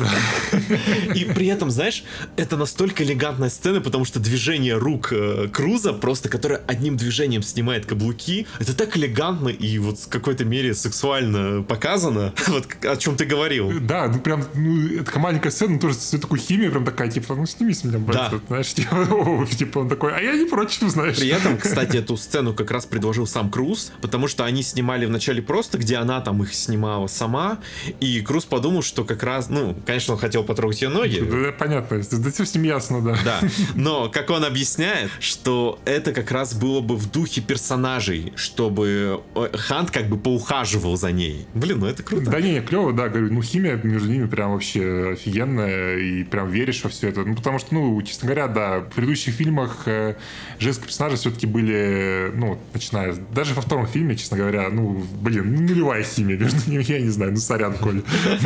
И при этом, знаешь, это настолько элегантная сцена, потому что движение рук Круза, просто которое одним движением снимает каблуки, это так элегантно и вот в какой-то мере сексуально показано, вот о чем ты говорил. Да, ну прям, это такая маленькая сцена, тоже с такой химией, прям такая, типа, ну сними с меня, брат, Да. знаешь, типа он такой, а я не против, знаешь. При этом, кстати, эту сцену как раз предложил сам Круз, потому что они снимали вначале просто, где она там их снимала сама, и Круз подумал, что как раз, ну, конечно, он хотел потрогать ее ноги. Да, понятно, да все с ним ясно, да. Да, но, как он объясняет, что это как раз было бы в духе персонажей, чтобы Хант как бы поухаживал за ней. Блин, ну это круто. Да не, клево, да, говорю, ну химия между ними прям вообще офигенная, и прям веришь во все это. Ну, потому что, ну, честно говоря, да, в предыдущих фильмах женские персонажи все-таки были, ну, начиная, даже во втором фильме, честно говоря, ну, блин, ну, нулевая химия между ними, я не знаю, ну, сорян, Коля.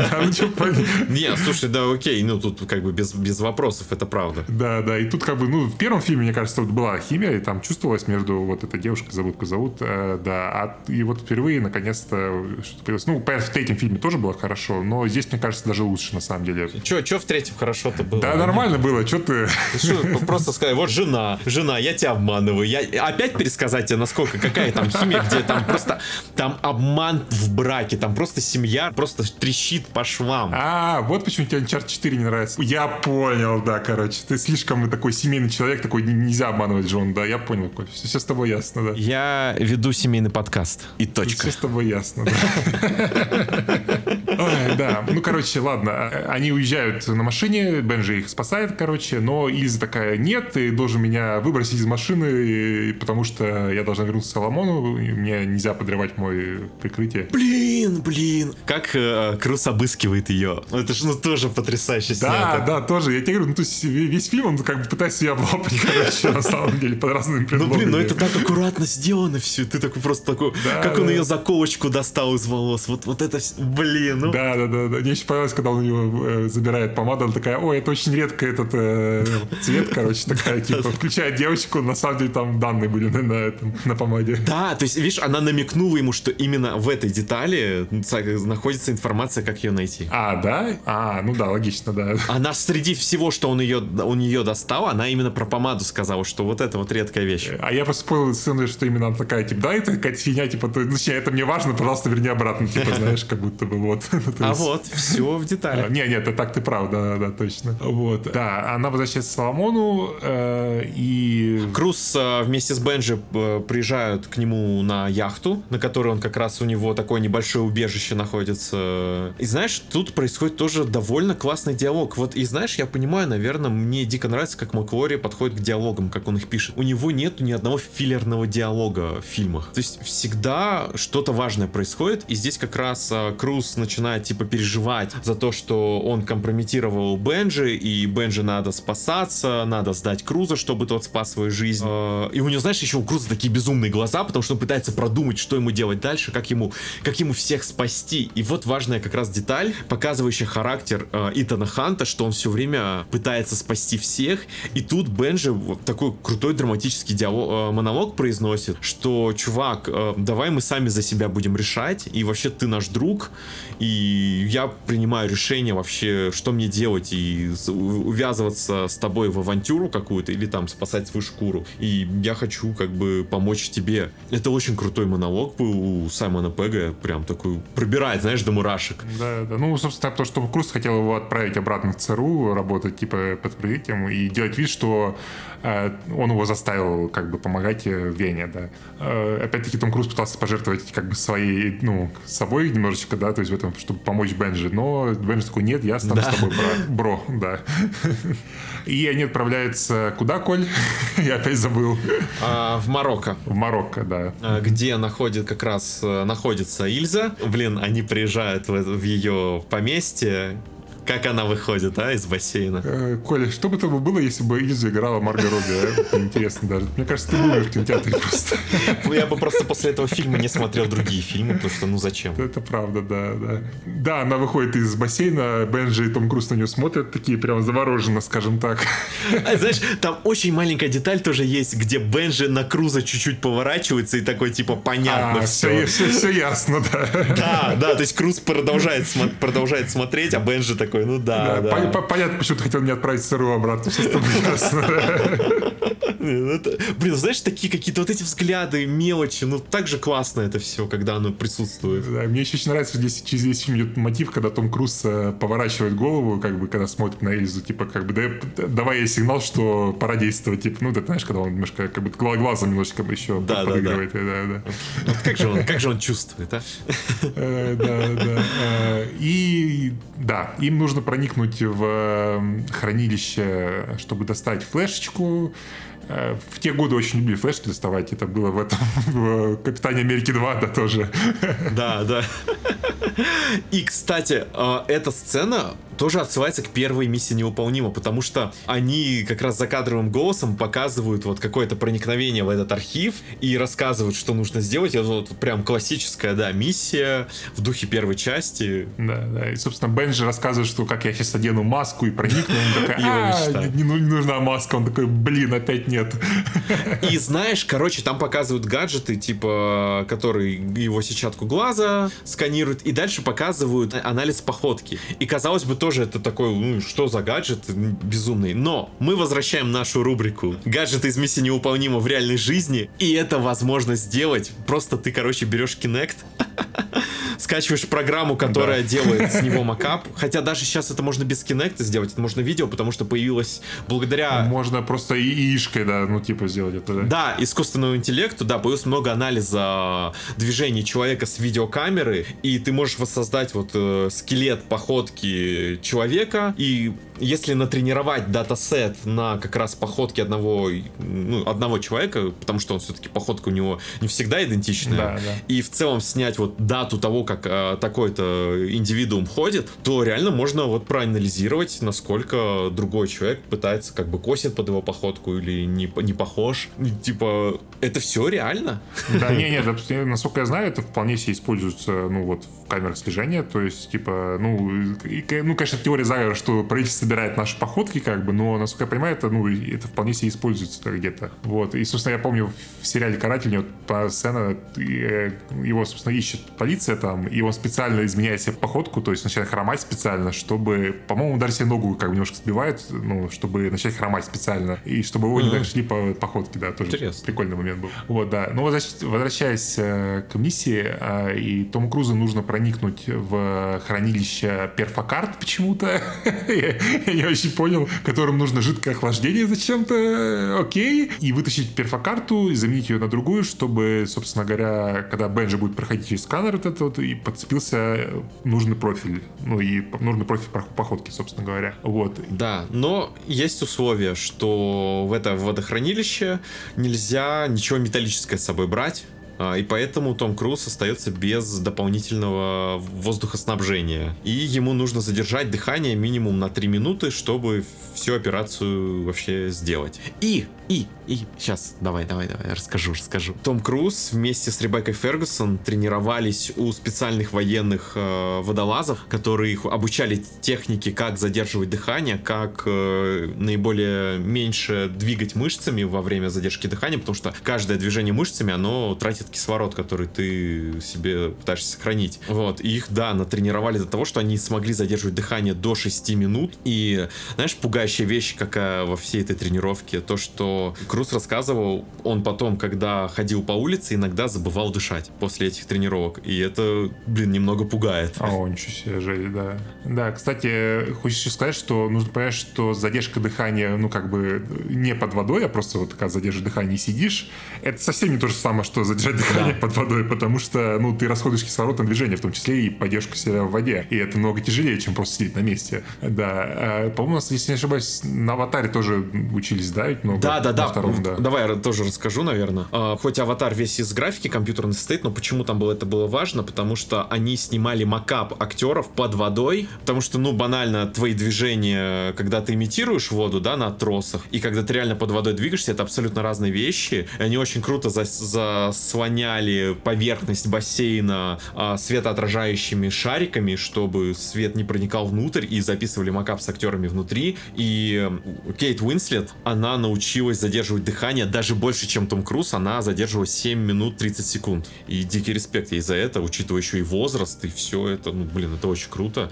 Не, слушай, да, окей, ну, тут как бы без вопросов, это правда. Да, да, и тут как бы, ну, в первом фильме, мне кажется, вот была химия, и там чувствовалась между вот этой девушкой, зовут, да, и вот впервые, наконец-то, что-то появилось. Ну, понятно, в третьем фильме тоже было хорошо, но здесь, мне кажется, даже лучше, на самом деле. Че в третьем хорошо-то было? Да, нормально было, что ты... Ты что, просто сказать, вот жена, я тебя обманываю. Я опять пересказать тебе, насколько, какая там химия, где там просто, там обман в браке, там просто семья просто трещит по швам. Вот почему тебе Uncharted 4 не нравится. Я понял, да, короче. Ты слишком такой семейный человек, такой нельзя обманывать жену, да, я понял, Коль. Все с тобой ясно, да. Я веду семейный подкаст. И точка. Все с тобой ясно, да. Ой, да, ну, короче, ладно. Они уезжают на машине, Бенджи их спасает, короче, но Ильза такая, нет, ты должен меня выбросить из машины, потому что я должна вернуться к Соломону, и мне нельзя подрывать мое прикрытие. Блин. Как Круз обыскивает ее. Это же, ну, тоже потрясающе снято. Да, тоже. Я тебе говорю, ну, то есть весь фильм, он как бы пытается ее облапать, короче, на самом деле, под разными предлогами. Ну, блин, ну это так аккуратно сделано все. Ты такой просто такой, да, как он ее заколочку достал из волос. Вот это, блин, ну. Да. Мне еще понравилось, когда он у него забирает помаду, она такая, ой, это очень редко этот цвет, короче, такая, типа, включает девочку, на самом деле там данные были на помаде. Да, то есть, видишь, она намекнула ему, что именно в этой детали находится информация, как ее найти. Да? Ну да, логично, да. Она среди всего, что он нее достал, она именно про помаду сказала, что вот это вот редкая вещь. А я просто понял сцену, что именно она такая, типа, да, это какая-то фигня, типа, это мне важно, пожалуйста, верни обратно, типа, знаешь, как будто бы вот. Вот, все в деталях. Нет, это так ты прав, да, точно. Вот. Да, она возвращается к Соломону, и... Круз вместе с Бенджи приезжают к нему на яхту, на которой он как раз у него такое небольшое убежище находится. И знаешь, тут происходит тоже довольно классный диалог. Вот, и знаешь, я понимаю, наверное, мне дико нравится, как Маквори подходит к диалогам, как он их пишет. У него нету ни одного филлерного диалога в фильмах. То есть всегда что-то важное происходит, и здесь как раз Круз начинает типа переживать за то, что он компрометировал Бенджи, и Бенджи надо спасаться, надо сдать Круза, чтобы тот спас свою жизнь. И у него, знаешь, еще у Круза такие безумные глаза, потому что он пытается продумать, что ему делать дальше, как ему всех спасти. И вот важная как раз деталь, показывающая характер Итана Ханта, что он все время пытается спасти всех, и тут Бенджи такой крутой драматический монолог произносит, что, чувак, давай мы сами за себя будем решать, и вообще ты наш друг, и я принимаю решение вообще, что мне делать, и увязываться с тобой в авантюру какую-то, или там спасать свою шкуру, и я хочу как бы помочь тебе. Это очень крутой монолог был у Саймона Пегга, прям такой пробирает, знаешь, до мурашек. Да. Ну, собственно, то, что Круз хотел его отправить обратно в ЦРУ, работать типа под прикрытием и делать вид, что он его заставил как бы помогать в Вене, да. Опять-таки Том Круз пытался пожертвовать как бы собой немножечко, да, то есть в этом, чтобы помочь Бенджи, но Бенджи такой, нет, я стану с тобой, бро, да. И они отправляются куда, Коль? Я опять забыл. В Марокко. В Марокко, да. Где находится Ильза. Блин, они приезжают в ее поместье. Как она выходит, из бассейна? Коля, что бы это было, если бы Ильзу играла Марго Робби? Интересно даже. Мне кажется, ты был в кинотеатре просто. Я бы просто после этого фильма не смотрел другие фильмы, потому что, ну зачем? Это правда, да. Да, она выходит из бассейна, Бенджи и Том Круз на нее смотрят, такие прям завороженно, скажем так. Знаешь, там очень маленькая деталь тоже есть, где Бенджи на Круза чуть-чуть поворачивается и такой, типа, понятно все. Все ясно, да. Да, то есть Круз продолжает смотреть, а Бенджи такой такой, ну да. Понятно, почему ты хотел меня отправить в СРУ обратно. Сейчас тобой ясно. Блин, знаешь, такие какие-то вот эти взгляды, мелочи, ну так же классно это все, когда оно присутствует. Да, мне еще очень нравится, здесь через весь фильм идет мотив, когда Том Круз поворачивает голову, как бы, когда смотрит на Эльзу, типа, как бы, давай ей сигнал, что пора действовать, типа, ну, ты знаешь, когда он немножко, как бы, глазом немножечко еще подыгрывает. Да. Вот как же он чувствует, а? Да. И, да, им нужно проникнуть в хранилище, чтобы достать флешечку. В те годы очень любили флешки доставать. Это было в «Капитане Америки 2», да, тоже. Да. И, кстати, эта сцена тоже отсылается к первой миссии невыполнима, потому что они как раз закадровым голосом показывают вот какое-то проникновение в этот архив и рассказывают, что нужно сделать. Это вот прям классическая, да, миссия в духе первой части. Да. И, собственно, Бенджи рассказывает, что как я сейчас одену маску и проникну. Он такой, не нужна маска. Он такой, блин, опять нет. И знаешь, короче, там показывают гаджеты, типа, которые его сетчатку глаза сканируют, и дальше показывают анализ походки. И, казалось бы, тоже это такой, ну, что за гаджет безумный. Но мы возвращаем нашу рубрику «Гаджеты из миссии невыполнима в реальной жизни», и это возможно сделать. Просто ты, короче, берешь Kinect, скачиваешь программу, которая делает с него макап. Хотя даже сейчас это можно без Kinect сделать, это можно видео, потому что появилось благодаря... Можно просто ИИшкой, да, ну типа сделать это, да. Да, искусственному интеллекту, да, появилось много анализа движений человека с видеокамеры, и ты можешь воссоздать вот скелет походки человека, и если натренировать датасет на как раз походке одного человека, потому что он все-таки походка у него не всегда идентичная, да. И в целом снять вот дату того, как такой-то индивидуум ходит, то реально можно вот проанализировать, насколько другой человек пытается, как бы косит под его походку или не похож. Типа, это все реально? Да, нет, насколько я знаю, это вполне себе используется, ну вот, в камерах слежения, то есть, типа, конечно, теория заговора, что правительство собирает наши походки, как бы, но, насколько я понимаю, это вполне себе используется где-то. Вот, и, собственно, я помню в сериале «Каратель» вот по сцене, его, собственно, ищет полиция там, и он специально изменяет себе походку, то есть начинает хромать специально, чтобы, по-моему, даже себе ногу как бы немножко сбивает, ну, чтобы начать хромать специально, и чтобы его не нашли по походке, да, тоже интересно. Прикольный момент был. Вот, да. Но возвращаясь к миссии, и Тому Крузу нужно проникнуть в хранилище перфокарт почему-то, я не очень понял, которым нужно жидкое охлаждение зачем-то, окей, и вытащить перфокарту и заменить ее на другую, чтобы, собственно говоря, когда Бенджи будет проходить через сканер вот этот вот, и подцепился нужный профиль, ну и нужный профиль походки, собственно говоря. Вот. Да, но есть условие, что в это водохранилище нельзя ничего металлическое с собой брать. И поэтому Том Круз остается без дополнительного воздухоснабжения. И ему нужно задержать дыхание минимум на 3 минуты, чтобы всю операцию вообще сделать. И сейчас, давай, расскажу. Том Круз вместе с Ребеккой Фергюсон тренировались у специальных военных водолазов, которые их обучали технике, как задерживать дыхание, как наиболее меньше двигать мышцами во время задержки дыхания, потому что каждое движение мышцами, оно тратит кислород, который ты себе пытаешься сохранить. Вот, и их, да, натренировали до того, что они смогли задерживать дыхание до 6 минут. И, знаешь, пугающая вещь, какая во всей этой тренировке, то, что Круз рассказывал, он потом, когда ходил по улице, иногда забывал дышать после этих тренировок. И это, немного пугает. О, ничего себе, жесть, да. Да, кстати, хочется сказать, что нужно понять, что задержка дыхания, ну, как бы не под водой, а просто вот когда задержишь дыхание и сидишь, это совсем не то же самое, что задержать дыхание под водой, потому что, ну, ты расходуешь кислород на движение, в том числе и поддержку себя в воде. И это много тяжелее, чем просто сидеть на месте. Да. По-моему, у нас, если не ошибаюсь, на «Аватаре» тоже учились, да, ведь много? Да. Давай я тоже расскажу, наверное. Хоть «Аватар» весь из графики компьютерной состоит, но почему там это было важно? Потому что они снимали макап актеров под водой, потому что, ну, банально, твои движения, когда ты имитируешь воду, да, на тросах, и когда ты реально под водой двигаешься, это абсолютно разные вещи, и они очень круто заслоняют заслоняли поверхность бассейна светоотражающими шариками, чтобы свет не проникал внутрь, и записывали макап с актерами внутри. И Кейт Уинслет, она научилась задерживать дыхание даже больше, чем Том Круз. Она задерживала 7 минут 30 секунд. И дикий респект ей за это, учитывая еще и возраст, и все это. Ну, блин, это очень круто.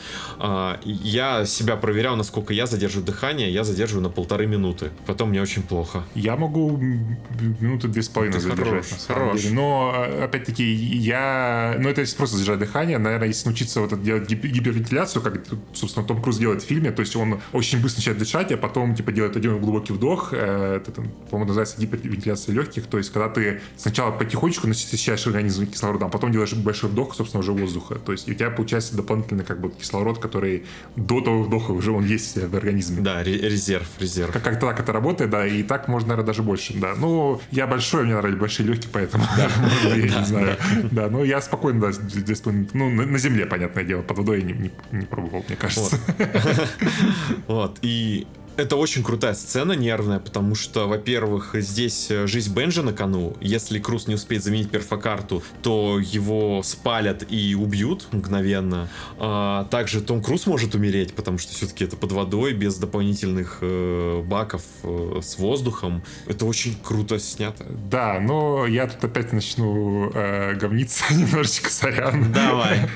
Я себя проверял, насколько я задерживаю дыхание. Я задерживаю на 1,5 минуты. Потом мне очень плохо. Я могу минуты 2,5 задержать, на самом деле. Но, опять-таки, ну, это просто задержать дыхание. Наверное, если научиться вот это делать гипервентиляцию, как, собственно, Том Круз делает в фильме, то есть он очень быстро начинает дышать, а потом, типа, делает один глубокий вдох. Это, по-моему, называется гипервентиляция легких. То есть, когда ты сначала потихонечку насыщаешь организм кислородом, а потом делаешь большой вдох, собственно, уже воздуха. То есть, у тебя получается дополнительный, как бы, кислород, который до того вдоха уже он есть в организме. Да, резерв. Как-то так это работает, да, и так можно, наверное, даже больше, да. Ну, я большой, мне нравятся большие легкие, поэтому, я не знаю. Да, но я спокойно, да, здесь, ну, на земле, понятное дело, под водой я не пробовал, мне кажется. Вот, и это очень крутая сцена, нервная, потому что, во-первых, здесь жизнь Бенджи на кону. Если Круз не успеет заменить перфокарту, то его спалят и убьют мгновенно. Также Том Круз может умереть, потому что все-таки это под водой, без дополнительных баков с воздухом. Это очень круто снято. Да, но я тут опять начну говниться немножечко, сорян. Давай.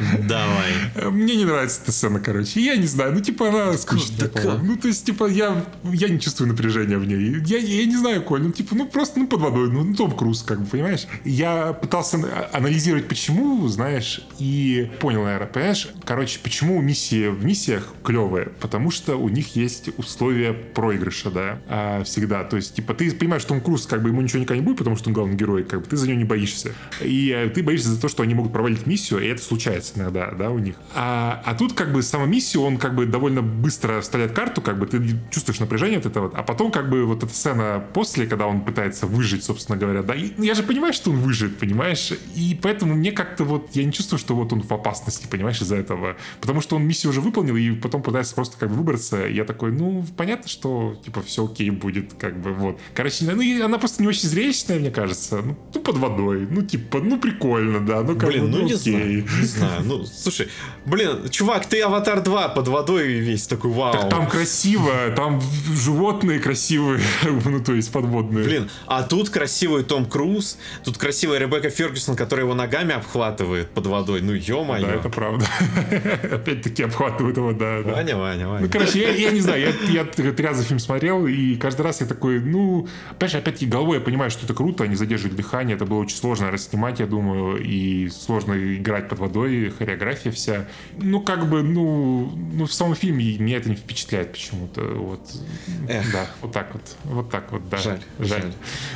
Мне не нравится эта сцена, короче. Я не знаю, ну, типа, она скучная. Ну, то есть, типа, я не чувствую напряжения в ней. Я не знаю, Коль, ну, типа, ну, просто, ну, под водой, ну, Том Круз, как бы, понимаешь? Я пытался анализировать, почему, знаешь, и понял, наверное, понимаешь? Короче, почему миссии в миссиях клевые? Потому что у них есть условия проигрыша, да, всегда. То есть, типа, ты понимаешь, что Том Круз, как бы, ему ничего никогда не будет, потому что он главный герой, как бы, ты за него не боишься. И ты боишься за то, что они могут провалить миссию, и это случается иногда, да, у них. А тут, как бы, сама миссия, он, как бы, довольно быстро вставляет карту, как бы, ты чувствуешь напряжение от этого, а потом, как бы, вот эта сцена после, когда он пытается выжить, собственно говоря, да, и я же понимаю, что он выживет, понимаешь, и поэтому мне как-то вот, я не чувствую, что вот он в опасности, понимаешь, из-за этого, потому что он миссию уже выполнил, и потом пытается просто, как бы, выбраться, и я такой, ну, понятно, что, типа, все окей будет, как бы, вот. Короче, ну, и она просто не очень зрелищная, мне кажется, ну, под водой, ну, типа, ну, прикольно, да, ну, как бы, ну, не окей. знаю, ну, слушай, блин, чувак, ты Аватар 2 под водой весь такой, вау. Так там красиво, там животные красивые, ну, то есть подводные. Блин, а тут красивый Том Круз, тут красивая Ребекка Фергюсон, которая его ногами обхватывает под водой, ну, ё-моё. Да, это правда. Опять-таки обхватывают его, да. Ваня. Ну, короче, я не знаю, я 3 раза фильм смотрел, и каждый раз я такой, ну, опять-таки головой я понимаю, что это круто, они задерживают дыхание, это было очень сложно расснимать, я думаю, и сложно играть под водой, хореография вся. Ну, как бы, ну, в самом фильме меня это не впечатляет почему-то, вот. Да, вот так вот, да. Жаль.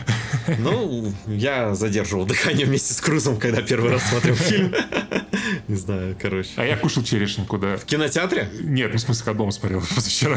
Ну, я задерживал дыхание вместе с Крузом, когда первый раз смотрел фильм. Не знаю, короче. А я кушал черешенку, да. В кинотеатре? Нет, ну, в смысле, когда дома смотрел позавчера.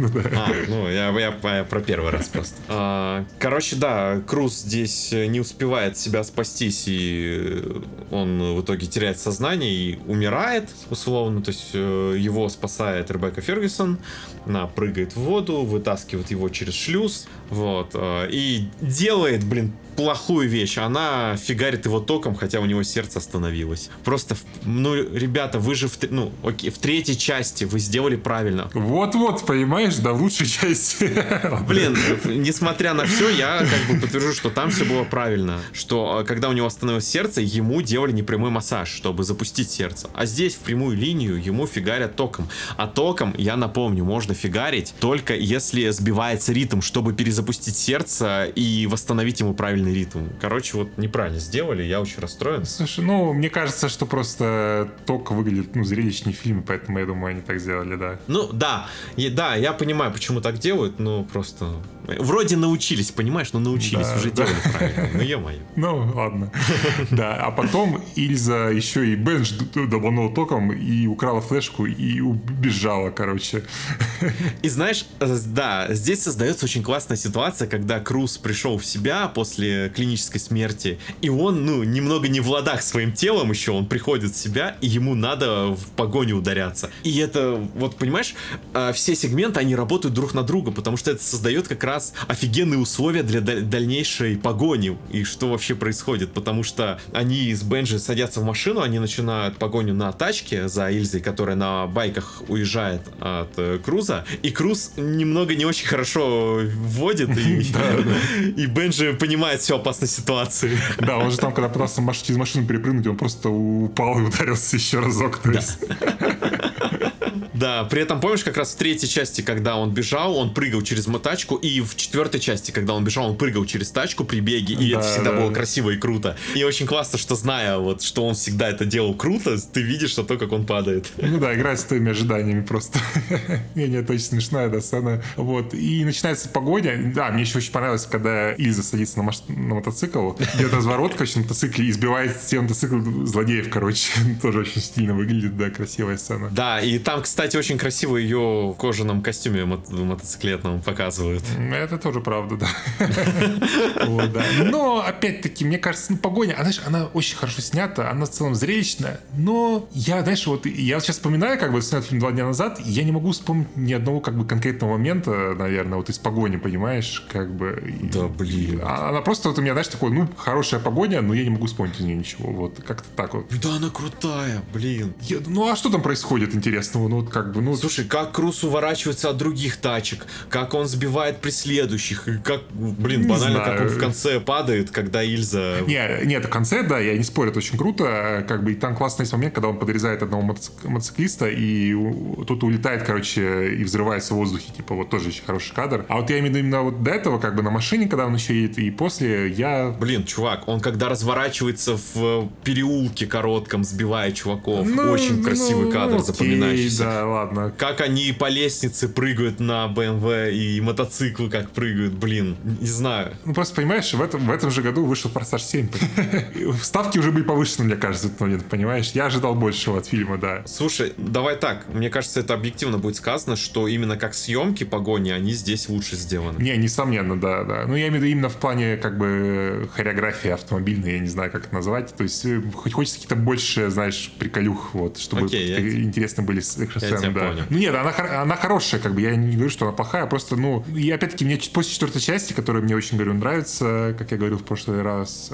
Я про первый раз просто. Короче, да, Круз здесь не успевает себя спастись, и он в итоге теряет сознание и умирает, условно. То есть его спасает Ребекка Фергюсон. Она прыгает в воду, вытаскивает его через шлюз, вот, и делает, блин, плохую вещь. Она фигарит его током, хотя у него сердце остановилось. Просто, ну, ребята, вы же в третьей части вы сделали правильно. Вот-вот, понимаешь, да, в лучшей части. Блин, несмотря на все, я как бы подтвержу, что там все было правильно. Что когда у него остановилось сердце, ему делали непрямой массаж, чтобы запустить сердце. А здесь в прямую линию ему фигарят током. А током, я напомню, можно фигарить только если сбивается ритм, чтобы перезапустить сердце и восстановить ему правильный ритм. Короче, вот неправильно сделали, я очень расстроен. Слушай, ну, мне кажется, что просто ток выглядит, ну, зрелищнее в фильме, поэтому я думаю, они так сделали, да. Ну, да, я понимаю, почему так делают, но просто... Вроде научились, понимаешь, но научились, уже делали правильно, ну, ё-моё. Ну, ладно. Да, а потом Ильза еще и Бендж долбанула током и украла флешку и убежала, короче. И знаешь, да, здесь создается очень классная ситуация, когда Круз пришел в себя после клинической смерти, и он, ну, немного не в ладах своим телом еще, он приходит в себя, и ему надо в погоню ударяться. И это, вот, понимаешь, все сегменты, они работают друг на друга, потому что это создает как раз раз офигенные условия для дальнейшей погони и что вообще происходит, потому что они с Бенджи садятся в машину, они начинают погоню на тачке за Ильзой, которая на байках уезжает от Круза, и Круз немного не очень хорошо водит, и Бенджи понимает всю опасность ситуации. Да, он же там, когда пытался через машину перепрыгнуть, он просто упал и ударился еще разок. Да, при этом, помнишь, как раз в третьей части, когда он бежал, он прыгал через тачку, и в четвертой части, когда он бежал, он прыгал через тачку при беге, и это всегда было красиво и круто. И очень классно, что зная, вот, что он всегда это делал круто, ты видишь на то, как он падает. Ну да, играет с твоими ожиданиями просто. Не, это очень смешная, да, сцена. Вот, и начинается погоня. Да, мне еще очень понравилось, когда Ильза садится на мотоцикл, делает разворот, короче, на мотоцикле, и сбивает все мотоциклы злодеев, короче. Тоже очень стильно выглядит, да, красивая сцена. Да, и там, кстати, очень красиво ее в кожаном костюме мотоциклетном показывают. Это тоже правда, да. Вот, да. Но, опять-таки, мне кажется, ну, погоня, знаешь, она очень хорошо снята, она в целом зрелищная, но я, знаешь, вот я сейчас вспоминаю, как бы, снял фильм 2 дня назад, и я не могу вспомнить ни одного, как бы, конкретного момента, наверное, вот из погони, понимаешь, как бы. Да, блин. Она просто вот у меня, знаешь, такой, ну, хорошая погоня, но я не могу вспомнить из нее ничего, вот, как-то так вот. Да, она крутая, блин. Ну, а что там происходит интересного? Ну, вот, как бы, ну... Слушай, как Круз уворачивается от других тачек, как он сбивает преследующих, и как, блин, банально, как он в конце падает, когда Ильза... Нет, в конце, да, я не спорю, это очень круто, как бы, и там классный есть момент, когда он подрезает одного мотоциклиста, и тот улетает, короче, и взрывается в воздухе, типа, вот тоже очень хороший кадр. А вот я имею в виду именно вот до этого, как бы, на машине, когда он еще едет, и после я... Блин, чувак, он когда разворачивается в переулке коротком, сбивая чуваков, очень красивый кадр, запоминающийся. Да, ладно. Как они по лестнице прыгают на БМВ и мотоциклы как прыгают, блин, не знаю. Ну, просто, понимаешь, в этом же году вышел «Форсаж 7». Ставки уже были повышены, мне кажется, в этот момент, понимаешь? Я ожидал большего от фильма, да. Слушай, давай так, мне кажется, это объективно будет сказано, что именно как съемки погони, они здесь лучше сделаны. Не, несомненно, да. Ну, я имею в виду именно в плане, как бы, хореографии автомобильной, я не знаю, как это назвать. То есть, хоть хочется какие-то больше, знаешь, приколюх, вот, чтобы интересны были экшн-сцены, да. Понял. Ну, нет, она хорошая, как бы, я не говорю, что она плохая, просто, ну, и опять-таки, мне после четвертой части, которая мне очень, говорю, нравится, как я говорил в прошлый раз,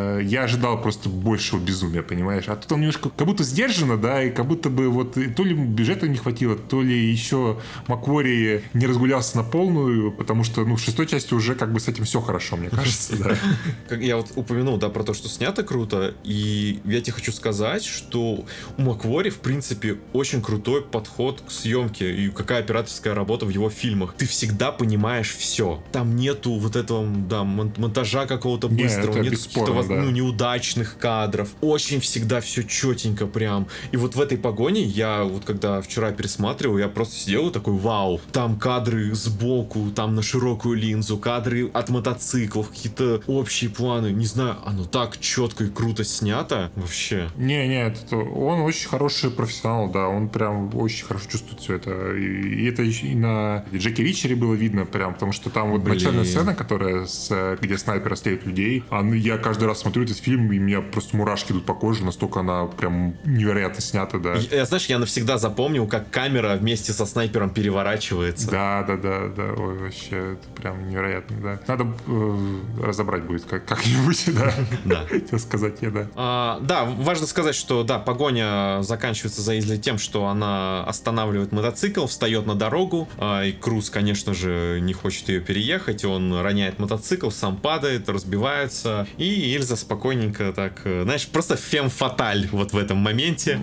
я ожидал просто большего безумия, понимаешь? А тут он немножко, как будто сдержанно, да, и как будто бы вот то ли бюджета не хватило, то ли еще Макквори не разгулялся на полную, потому что, ну, в шестой части уже как бы с этим все хорошо, мне кажется, да. Как я вот упомянул, да, про то, что снято круто, и я тебе хочу сказать, что у Макквори, в принципе, очень крутой подход к съемке и какая операторская работа в его фильмах. Ты всегда понимаешь все. Там нету вот этого, да, монтажа какого-то быстрого, нет каких-то, ну, неудачных кадров. Очень всегда все четенько прям. И вот в этой погоне я вот когда вчера пересматривал, я просто сидел и такой, вау, там кадры сбоку, там на широкую линзу, кадры от мотоциклов, какие-то общие планы, не знаю, оно так четко и круто снято вообще. Нет, он очень хороший профессионал, да, он прям очень хорошо чувствует все это. И это и на Джеки Ричере было видно прям, потому что там вот начальная сцена, которая где снайпер расстреливает людей, я каждый раз смотрю этот фильм, и у меня просто мурашки идут по коже, настолько она прям невероятно снята, да. Знаешь, я навсегда запомнил, как камера вместе со снайпером переворачивается. Да, ой, вообще, это прям невероятно, да. Надо разобрать будет как-нибудь, да. Да. Хотел сказать я, да. Да, важно сказать, что, да, погоня заканчивается за Изли тем, что она останавливает мотоцикл, встает на дорогу, и Круз, конечно же, не хочет ее переехать, он роняет мотоцикл, сам падает, разбивается, и Ильза спокойненько так, знаешь, просто фем-фаталь вот в этом моменте.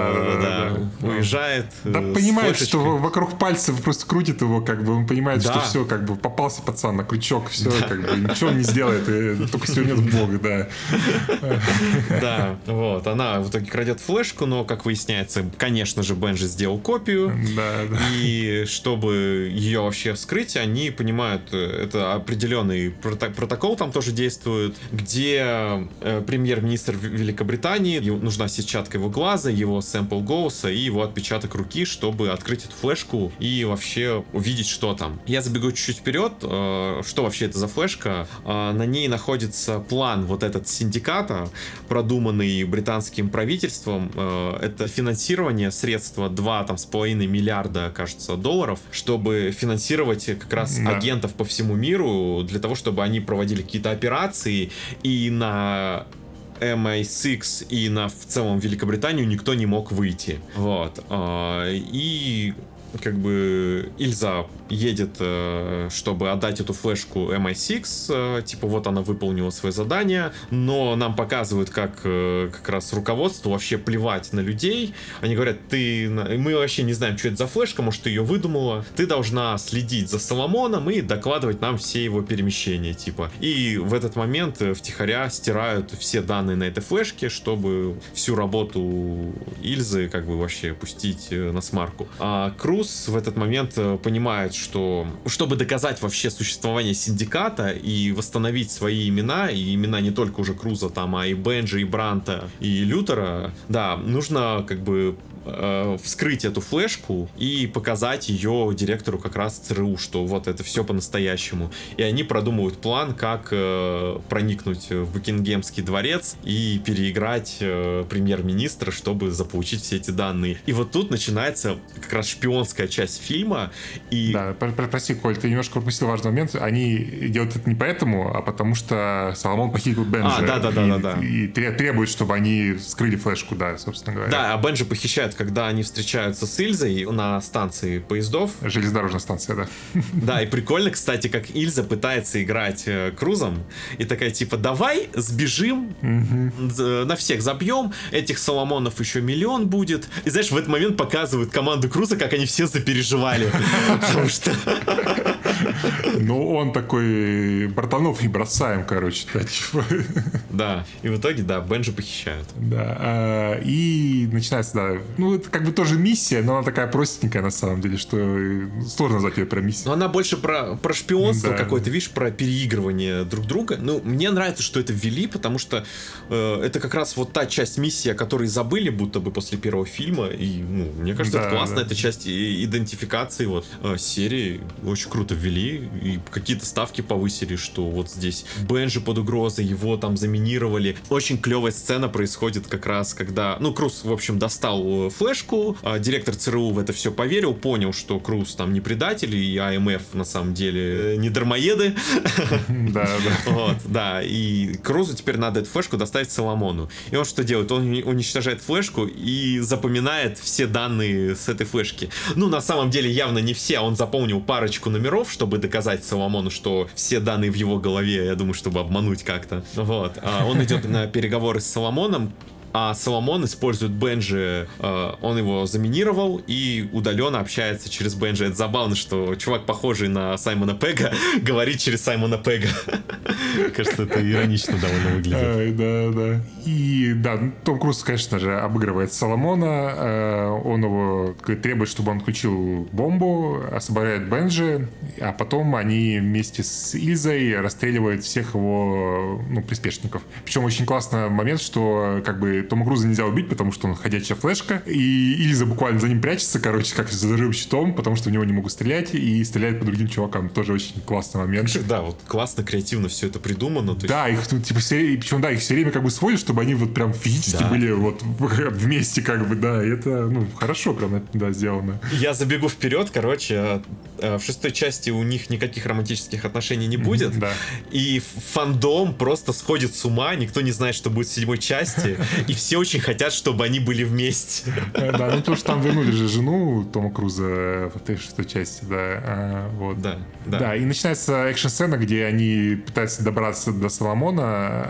Да. Уезжает. Да, понимает, что вокруг пальцев просто крутит его, как бы, он понимает, что все, как бы, попался пацан на крючок, все, как бы, ничего он не сделает, только свернет в бок, да. Да, вот, она в итоге крадет флешку, но, как выясняется, конечно же, Бенджи сделал копию, и чтобы ее вообще вскрыть, они понимают, это определенный протокол там тоже действует, где премьер-министр Великобритании, нужна сетчатка его глаза, его сэмпл голоса и его отпечаток руки, чтобы открыть эту флешку и вообще увидеть, что там. Я забегу чуть-чуть вперед, что вообще это за флешка. На ней находится план вот этот синдиката, продуманный британским правительством. Это финансирование, средства 2 2,5 миллиарда, кажется, долларов, чтобы финансировать как раз агентов по всему миру, для того, чтобы они проводили какие-то операции, и на MI6 и на в целом Великобританию никто не мог выйти. Вот. И как бы Ильза едет, чтобы отдать эту флешку MI6, типа вот она выполнила свое задание, но нам показывают, как раз руководству вообще плевать на людей. Они говорят, мы вообще не знаем, что это за флешка, может, ты ее выдумала, ты должна следить за Соломоном и докладывать нам все его перемещения, типа. И в этот момент втихаря стирают все данные на этой флешке, чтобы всю работу Ильзы как бы вообще пустить на смарку. А Круз в этот момент понимает, что чтобы доказать вообще существование синдиката и восстановить свои имена, и имена не только уже Круза там, а и Бенджи, и Бранта, и Лютера, да, нужно как бы вскрыть эту флешку и показать ее директору как раз ЦРУ, что вот это все по-настоящему. И они продумывают план, как проникнуть в Букингемский дворец и переиграть премьер-министра, чтобы заполучить все эти данные. И вот тут начинается как раз шпионская часть фильма. И... Да, прости, Коль, ты немножко пропустил важный момент. Они делают это не поэтому, а потому что Соломон похитил Бенджи. Да. И требует, чтобы они вскрыли флешку, да, собственно говоря. Да, а Бенджи похищают, когда они встречаются с Ильзой на станции поездов. Железнодорожная станция, да. Да, и прикольно, кстати, как Ильза пытается играть Крузом. И такая, типа, давай сбежим, на всех забьем, этих Соломонов еще миллион будет. И знаешь, в этот момент показывают команду Круза, как они все запереживали. Потому что... Ну, он такой, братанов не бросаем, короче. Да, типа. Да, и в итоге, да, Бенджи похищают. Да, и начинается, да, ну, это как бы тоже миссия, но она такая простенькая, на самом деле, что сложно назвать ее прям миссией. Но она больше про шпионство какое-то, видишь, про переигрывание друг друга. Ну, мне нравится, что это ввели, потому что это как раз вот та часть миссии, о которой забыли, будто бы после первого фильма, и, ну, мне кажется, это классно, это часть идентификации вот серии, очень круто ввели, и какие-то ставки повысили, что вот здесь Бенджи под угрозой, его там заминировали. Очень клевая сцена происходит как раз, когда, ну, Круз, в общем, достал флешку, директор ЦРУ в это все поверил, понял, что Круз там не предатель, и АМФ на самом деле не дармоеды. Да. Вот, да, и Крузу теперь надо эту флешку доставить Соломону. И он что делает? Он уничтожает флешку и запоминает все данные с этой флешки. Ну, на самом деле, явно не все, а он запомнил парочку номеров, чтобы доказать Соломону, что все данные в его голове, я думаю, чтобы обмануть как-то. Вот. Он идет на переговоры с Соломоном, а Соломон использует Бенджи, он его заминировал и удаленно общается через Бенджи. Это забавно, что чувак, похожий на Саймона Пегга, говорит через Саймона Пегга. Кажется, это иронично довольно выглядит. Да. И да, Том Круз, конечно же, обыгрывает Соломона. Он его требует, чтобы он включил бомбу, освобождает Бенджи, а потом они вместе с Ильзой расстреливают всех его приспешников. Причем очень классный момент, что как бы Тома Круза нельзя убить, потому что он ходячая флешка, и Ильза буквально за ним прячется, короче, как за взрывным щитом, потому что в него не могут стрелять, и стреляет по другим чувакам. Тоже очень классный момент. Да, вот классно, креативно все это придумано. Да, их типа причем, да, их все время как бы сводят, чтобы они вот прям физически были вот вместе, как бы, да, и это, хорошо прям, да, сделано. Я забегу вперед, короче, в 6-й части у них никаких романтических отношений не будет, да. И фандом просто сходит с ума, никто не знает, что будет в 7-й части, и все очень хотят, чтобы они были вместе. Да, потому что там вернули же жену Тома Круза в этой 6-й части, да, вот. Да. Да, и начинается экшн-сцена, где они пытаются добраться до Соломона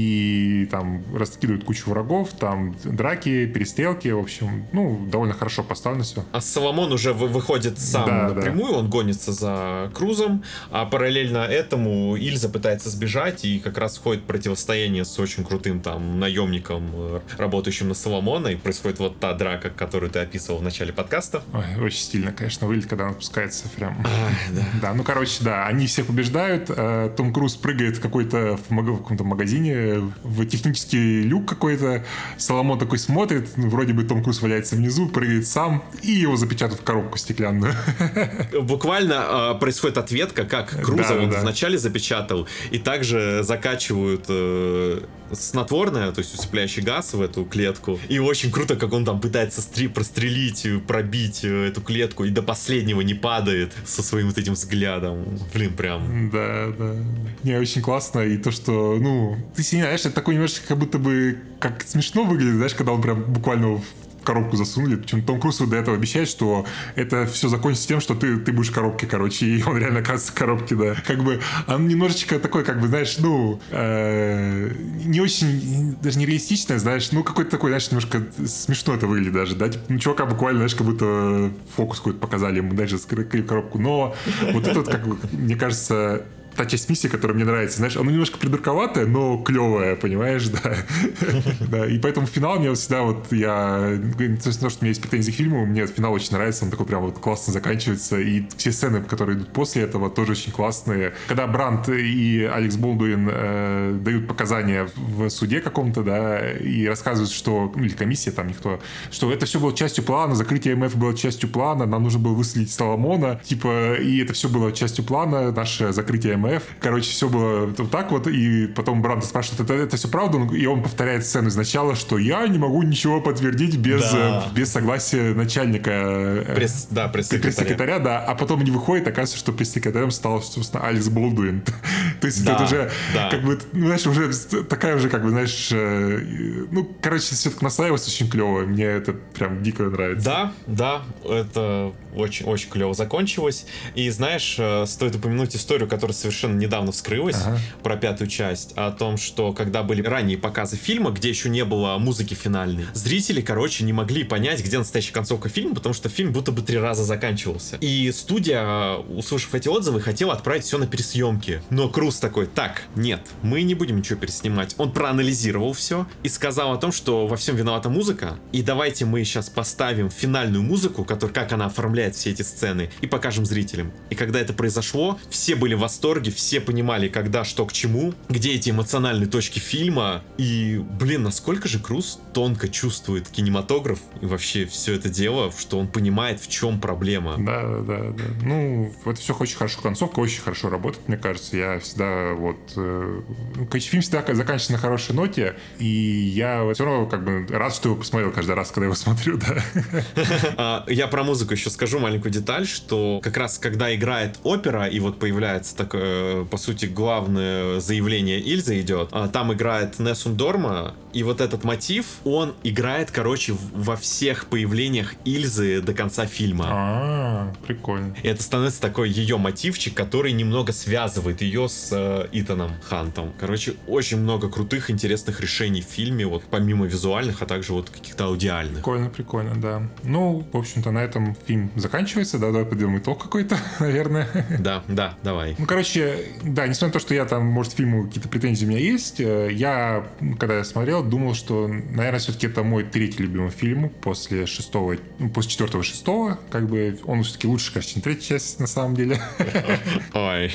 и там раскидывают кучу врагов, там драки, перестрелки, в общем, довольно хорошо поставлено все. А Соломон уже выходит сам напрямую, он гонится за Крузом, а параллельно этому Ильза пытается сбежать, и как раз входит противостояние с очень крутым там наемником, работающим на Соломона, и происходит вот та драка, которую ты описывал в начале подкаста. Ой, очень стильно, конечно, выглядит, когда он опускается прям. Да, короче, да, они всех побеждают, Том Круз прыгает в каком-то магазине, в технический люк какой-то, Соломон такой смотрит, вроде бы Том Круз валяется внизу, прыгает сам, и его запечатают в коробку стеклянную. Буквально происходит ответка, как Круза он вначале запечатал, и также закачивают снотворное, то есть усыпляющий газ в эту клетку. И очень круто, как он там пытается прострелить, пробить эту клетку и до последнего не падает со своим вот этим взглядом. Блин, прям. Да. Не, очень классно. И то, что, ты себе, знаешь, это такой немножко как будто бы как смешно выглядит, знаешь, когда он прям буквально в коробку засунули. Причем Том Круз до этого обещает, что это все закончится тем, что ты будешь в коробке, короче. И он реально оказывается в коробке, да. Как бы он немножечко такой, как бы, знаешь, не очень, даже не реалистичное, знаешь, какой-то такой, знаешь, немножко смешно это выглядит даже, да. Типа, чувака буквально, знаешь, как будто фокус какой-то показали ему, дальше скрыли коробку. Но вот это, как бы, мне кажется, та часть миссии, которая мне нравится, знаешь, она немножко придурковатая, но клевая, понимаешь, да. Да, и поэтому финал мне всегда то, что у меня есть претензии к фильму, мне финал очень нравится, он такой прям вот классно заканчивается, и все сцены, которые идут после этого, тоже очень классные. Когда Брандт и Алекс Болдуин дают показания в суде каком-то, да, и рассказывают, что, или комиссия там никто, что это все было частью плана, закрытие МФ было частью плана, нам нужно было выследить Соломона, типа, и это все было частью плана, наше закрытие МФ. Короче, все было вот так вот, и потом Брандт спрашивает, это все правда? И он повторяет сцену изначала, что я не могу ничего подтвердить без согласия начальника. Пресс-секретаря, да. А потом не выходит, оказывается, что пресс-секретарем стал, собственно, Алекс Болдуин. То есть это уже, как бы, знаешь, уже такая уже, как бы, знаешь, короче, все-таки настраивается очень клево. Мне это прям дико нравится. Да, это очень клево закончилось. И знаешь, стоит упомянуть историю, которая совершенно недавно вскрылась, про 5-ю часть, о том, что когда были ранние показы фильма, где еще не было музыки финальной, зрители, короче, не могли понять, где настоящая концовка фильма, потому что фильм будто бы 3 раза заканчивался. И студия, услышав эти отзывы, хотела отправить все на пересъемки. Но Круз такой, так, нет, мы не будем ничего переснимать. Он проанализировал все и сказал о том, что во всем виновата музыка, и давайте мы сейчас поставим финальную музыку, как она оформляет все эти сцены, и покажем зрителям. И когда это произошло, все были в восторге, все понимали, когда что к чему, где эти эмоциональные точки фильма, и, насколько же Круз тонко чувствует кинематограф и вообще все это дело, что он понимает, в чем проблема. Да. Это все очень хорошо, концовка очень хорошо работает, мне кажется. Я всегда короче, фильм всегда заканчивается на хорошей ноте, и я все равно как бы рад, что его посмотрел каждый раз, когда его смотрю, да. Я про музыку еще скажу маленькую деталь, что как раз когда играет опера, и вот появляется такое, по сути, главное заявление Ильзы идет, там играет Несsun Дорма, и вот этот мотив, он играет, короче, во всех появлениях Ильзы до конца фильма. Прикольно. И это становится такой ее мотивчик, который немного связывает ее с Итаном Хантом. Короче, очень много крутых, интересных решений в фильме, вот помимо визуальных, а также вот каких-то аудиальных. Прикольно, да. В общем-то, на этом фильм заканчивается, да, давай подведем итог какой-то, наверное. Да, давай. Короче, да, несмотря на то, что я там, может, фильму какие-то претензии у меня есть, я, когда я смотрел, думал, что, наверное, все-таки это мой 3-й любимый фильм после 4-го и 6-го, как бы он все-таки лучше, кажется, чем 3-я часть, на самом деле. Ой.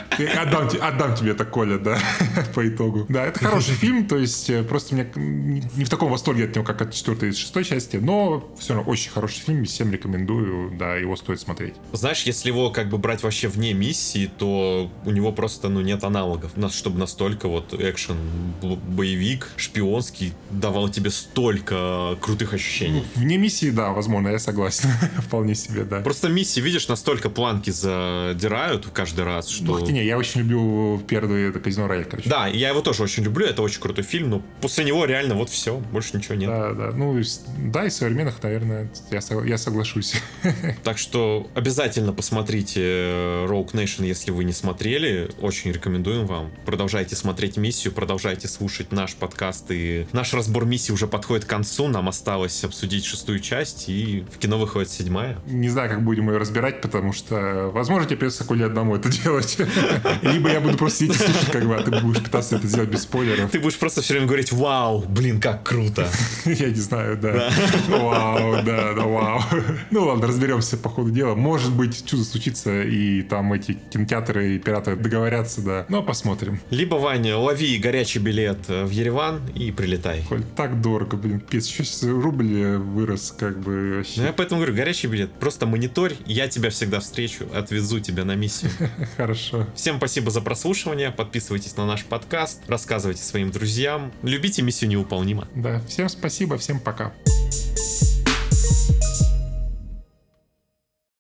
Отдам тебе это, Коля, да, по итогу. Да, это хороший фильм, то есть просто мне не в таком восторге от него, как от 4-й и 6-й части, но все равно очень хороший фильм, всем рекомендую, да, его стоит смотреть. Знаешь, если его как бы брать вообще вне миссии, то у него просто, нет аналогов, чтобы настолько вот экшен, боевик, шпионский давал тебе столько крутых ощущений. Вне миссии, да, возможно, я согласен, вполне себе, да. Просто миссии, видишь, настолько планки задирают каждый раз, что... Я очень люблю первый, это «Казино Рояль», короче. Да, я его тоже очень люблю, это очень крутой фильм, но после него реально вот все, больше ничего нет. Да, из современных, наверное, я соглашусь. Так что обязательно посмотрите Rogue Nation, если вы не смотрели, очень рекомендуем вам. Продолжайте смотреть миссию, продолжайте слушать наш подкаст, и наш разбор миссии уже подходит к концу, нам осталось обсудить 6-ю часть, и в кино выходит 7-я. Не знаю, как будем ее разбирать, потому что, возможно, тебе придется Коле одному это делать. Либо я буду просто сидеть и слушать, а ты будешь пытаться это сделать без спойлеров. Ты будешь просто все время говорить: вау, как круто. Я не знаю, да. Вау, да, вау. Ладно, разберемся по ходу дела. Может быть, чудо случится, и там эти кинотеатры и операторы договорятся, да. Но посмотрим. Либо, Ваня, лови горячий билет в Ереван и прилетай. Коль, так дорого, блин, пиздец, еще сейчас рубль вырос, как бы, вообще. Ну, я поэтому говорю, горячий билет. Просто мониторь, я тебя всегда встречу, отвезу тебя на миссию. Хорошо. Всем спасибо за прослушивание, подписывайтесь на наш подкаст, рассказывайте своим друзьям, любите миссию невыполнима. Да, всем спасибо, всем пока.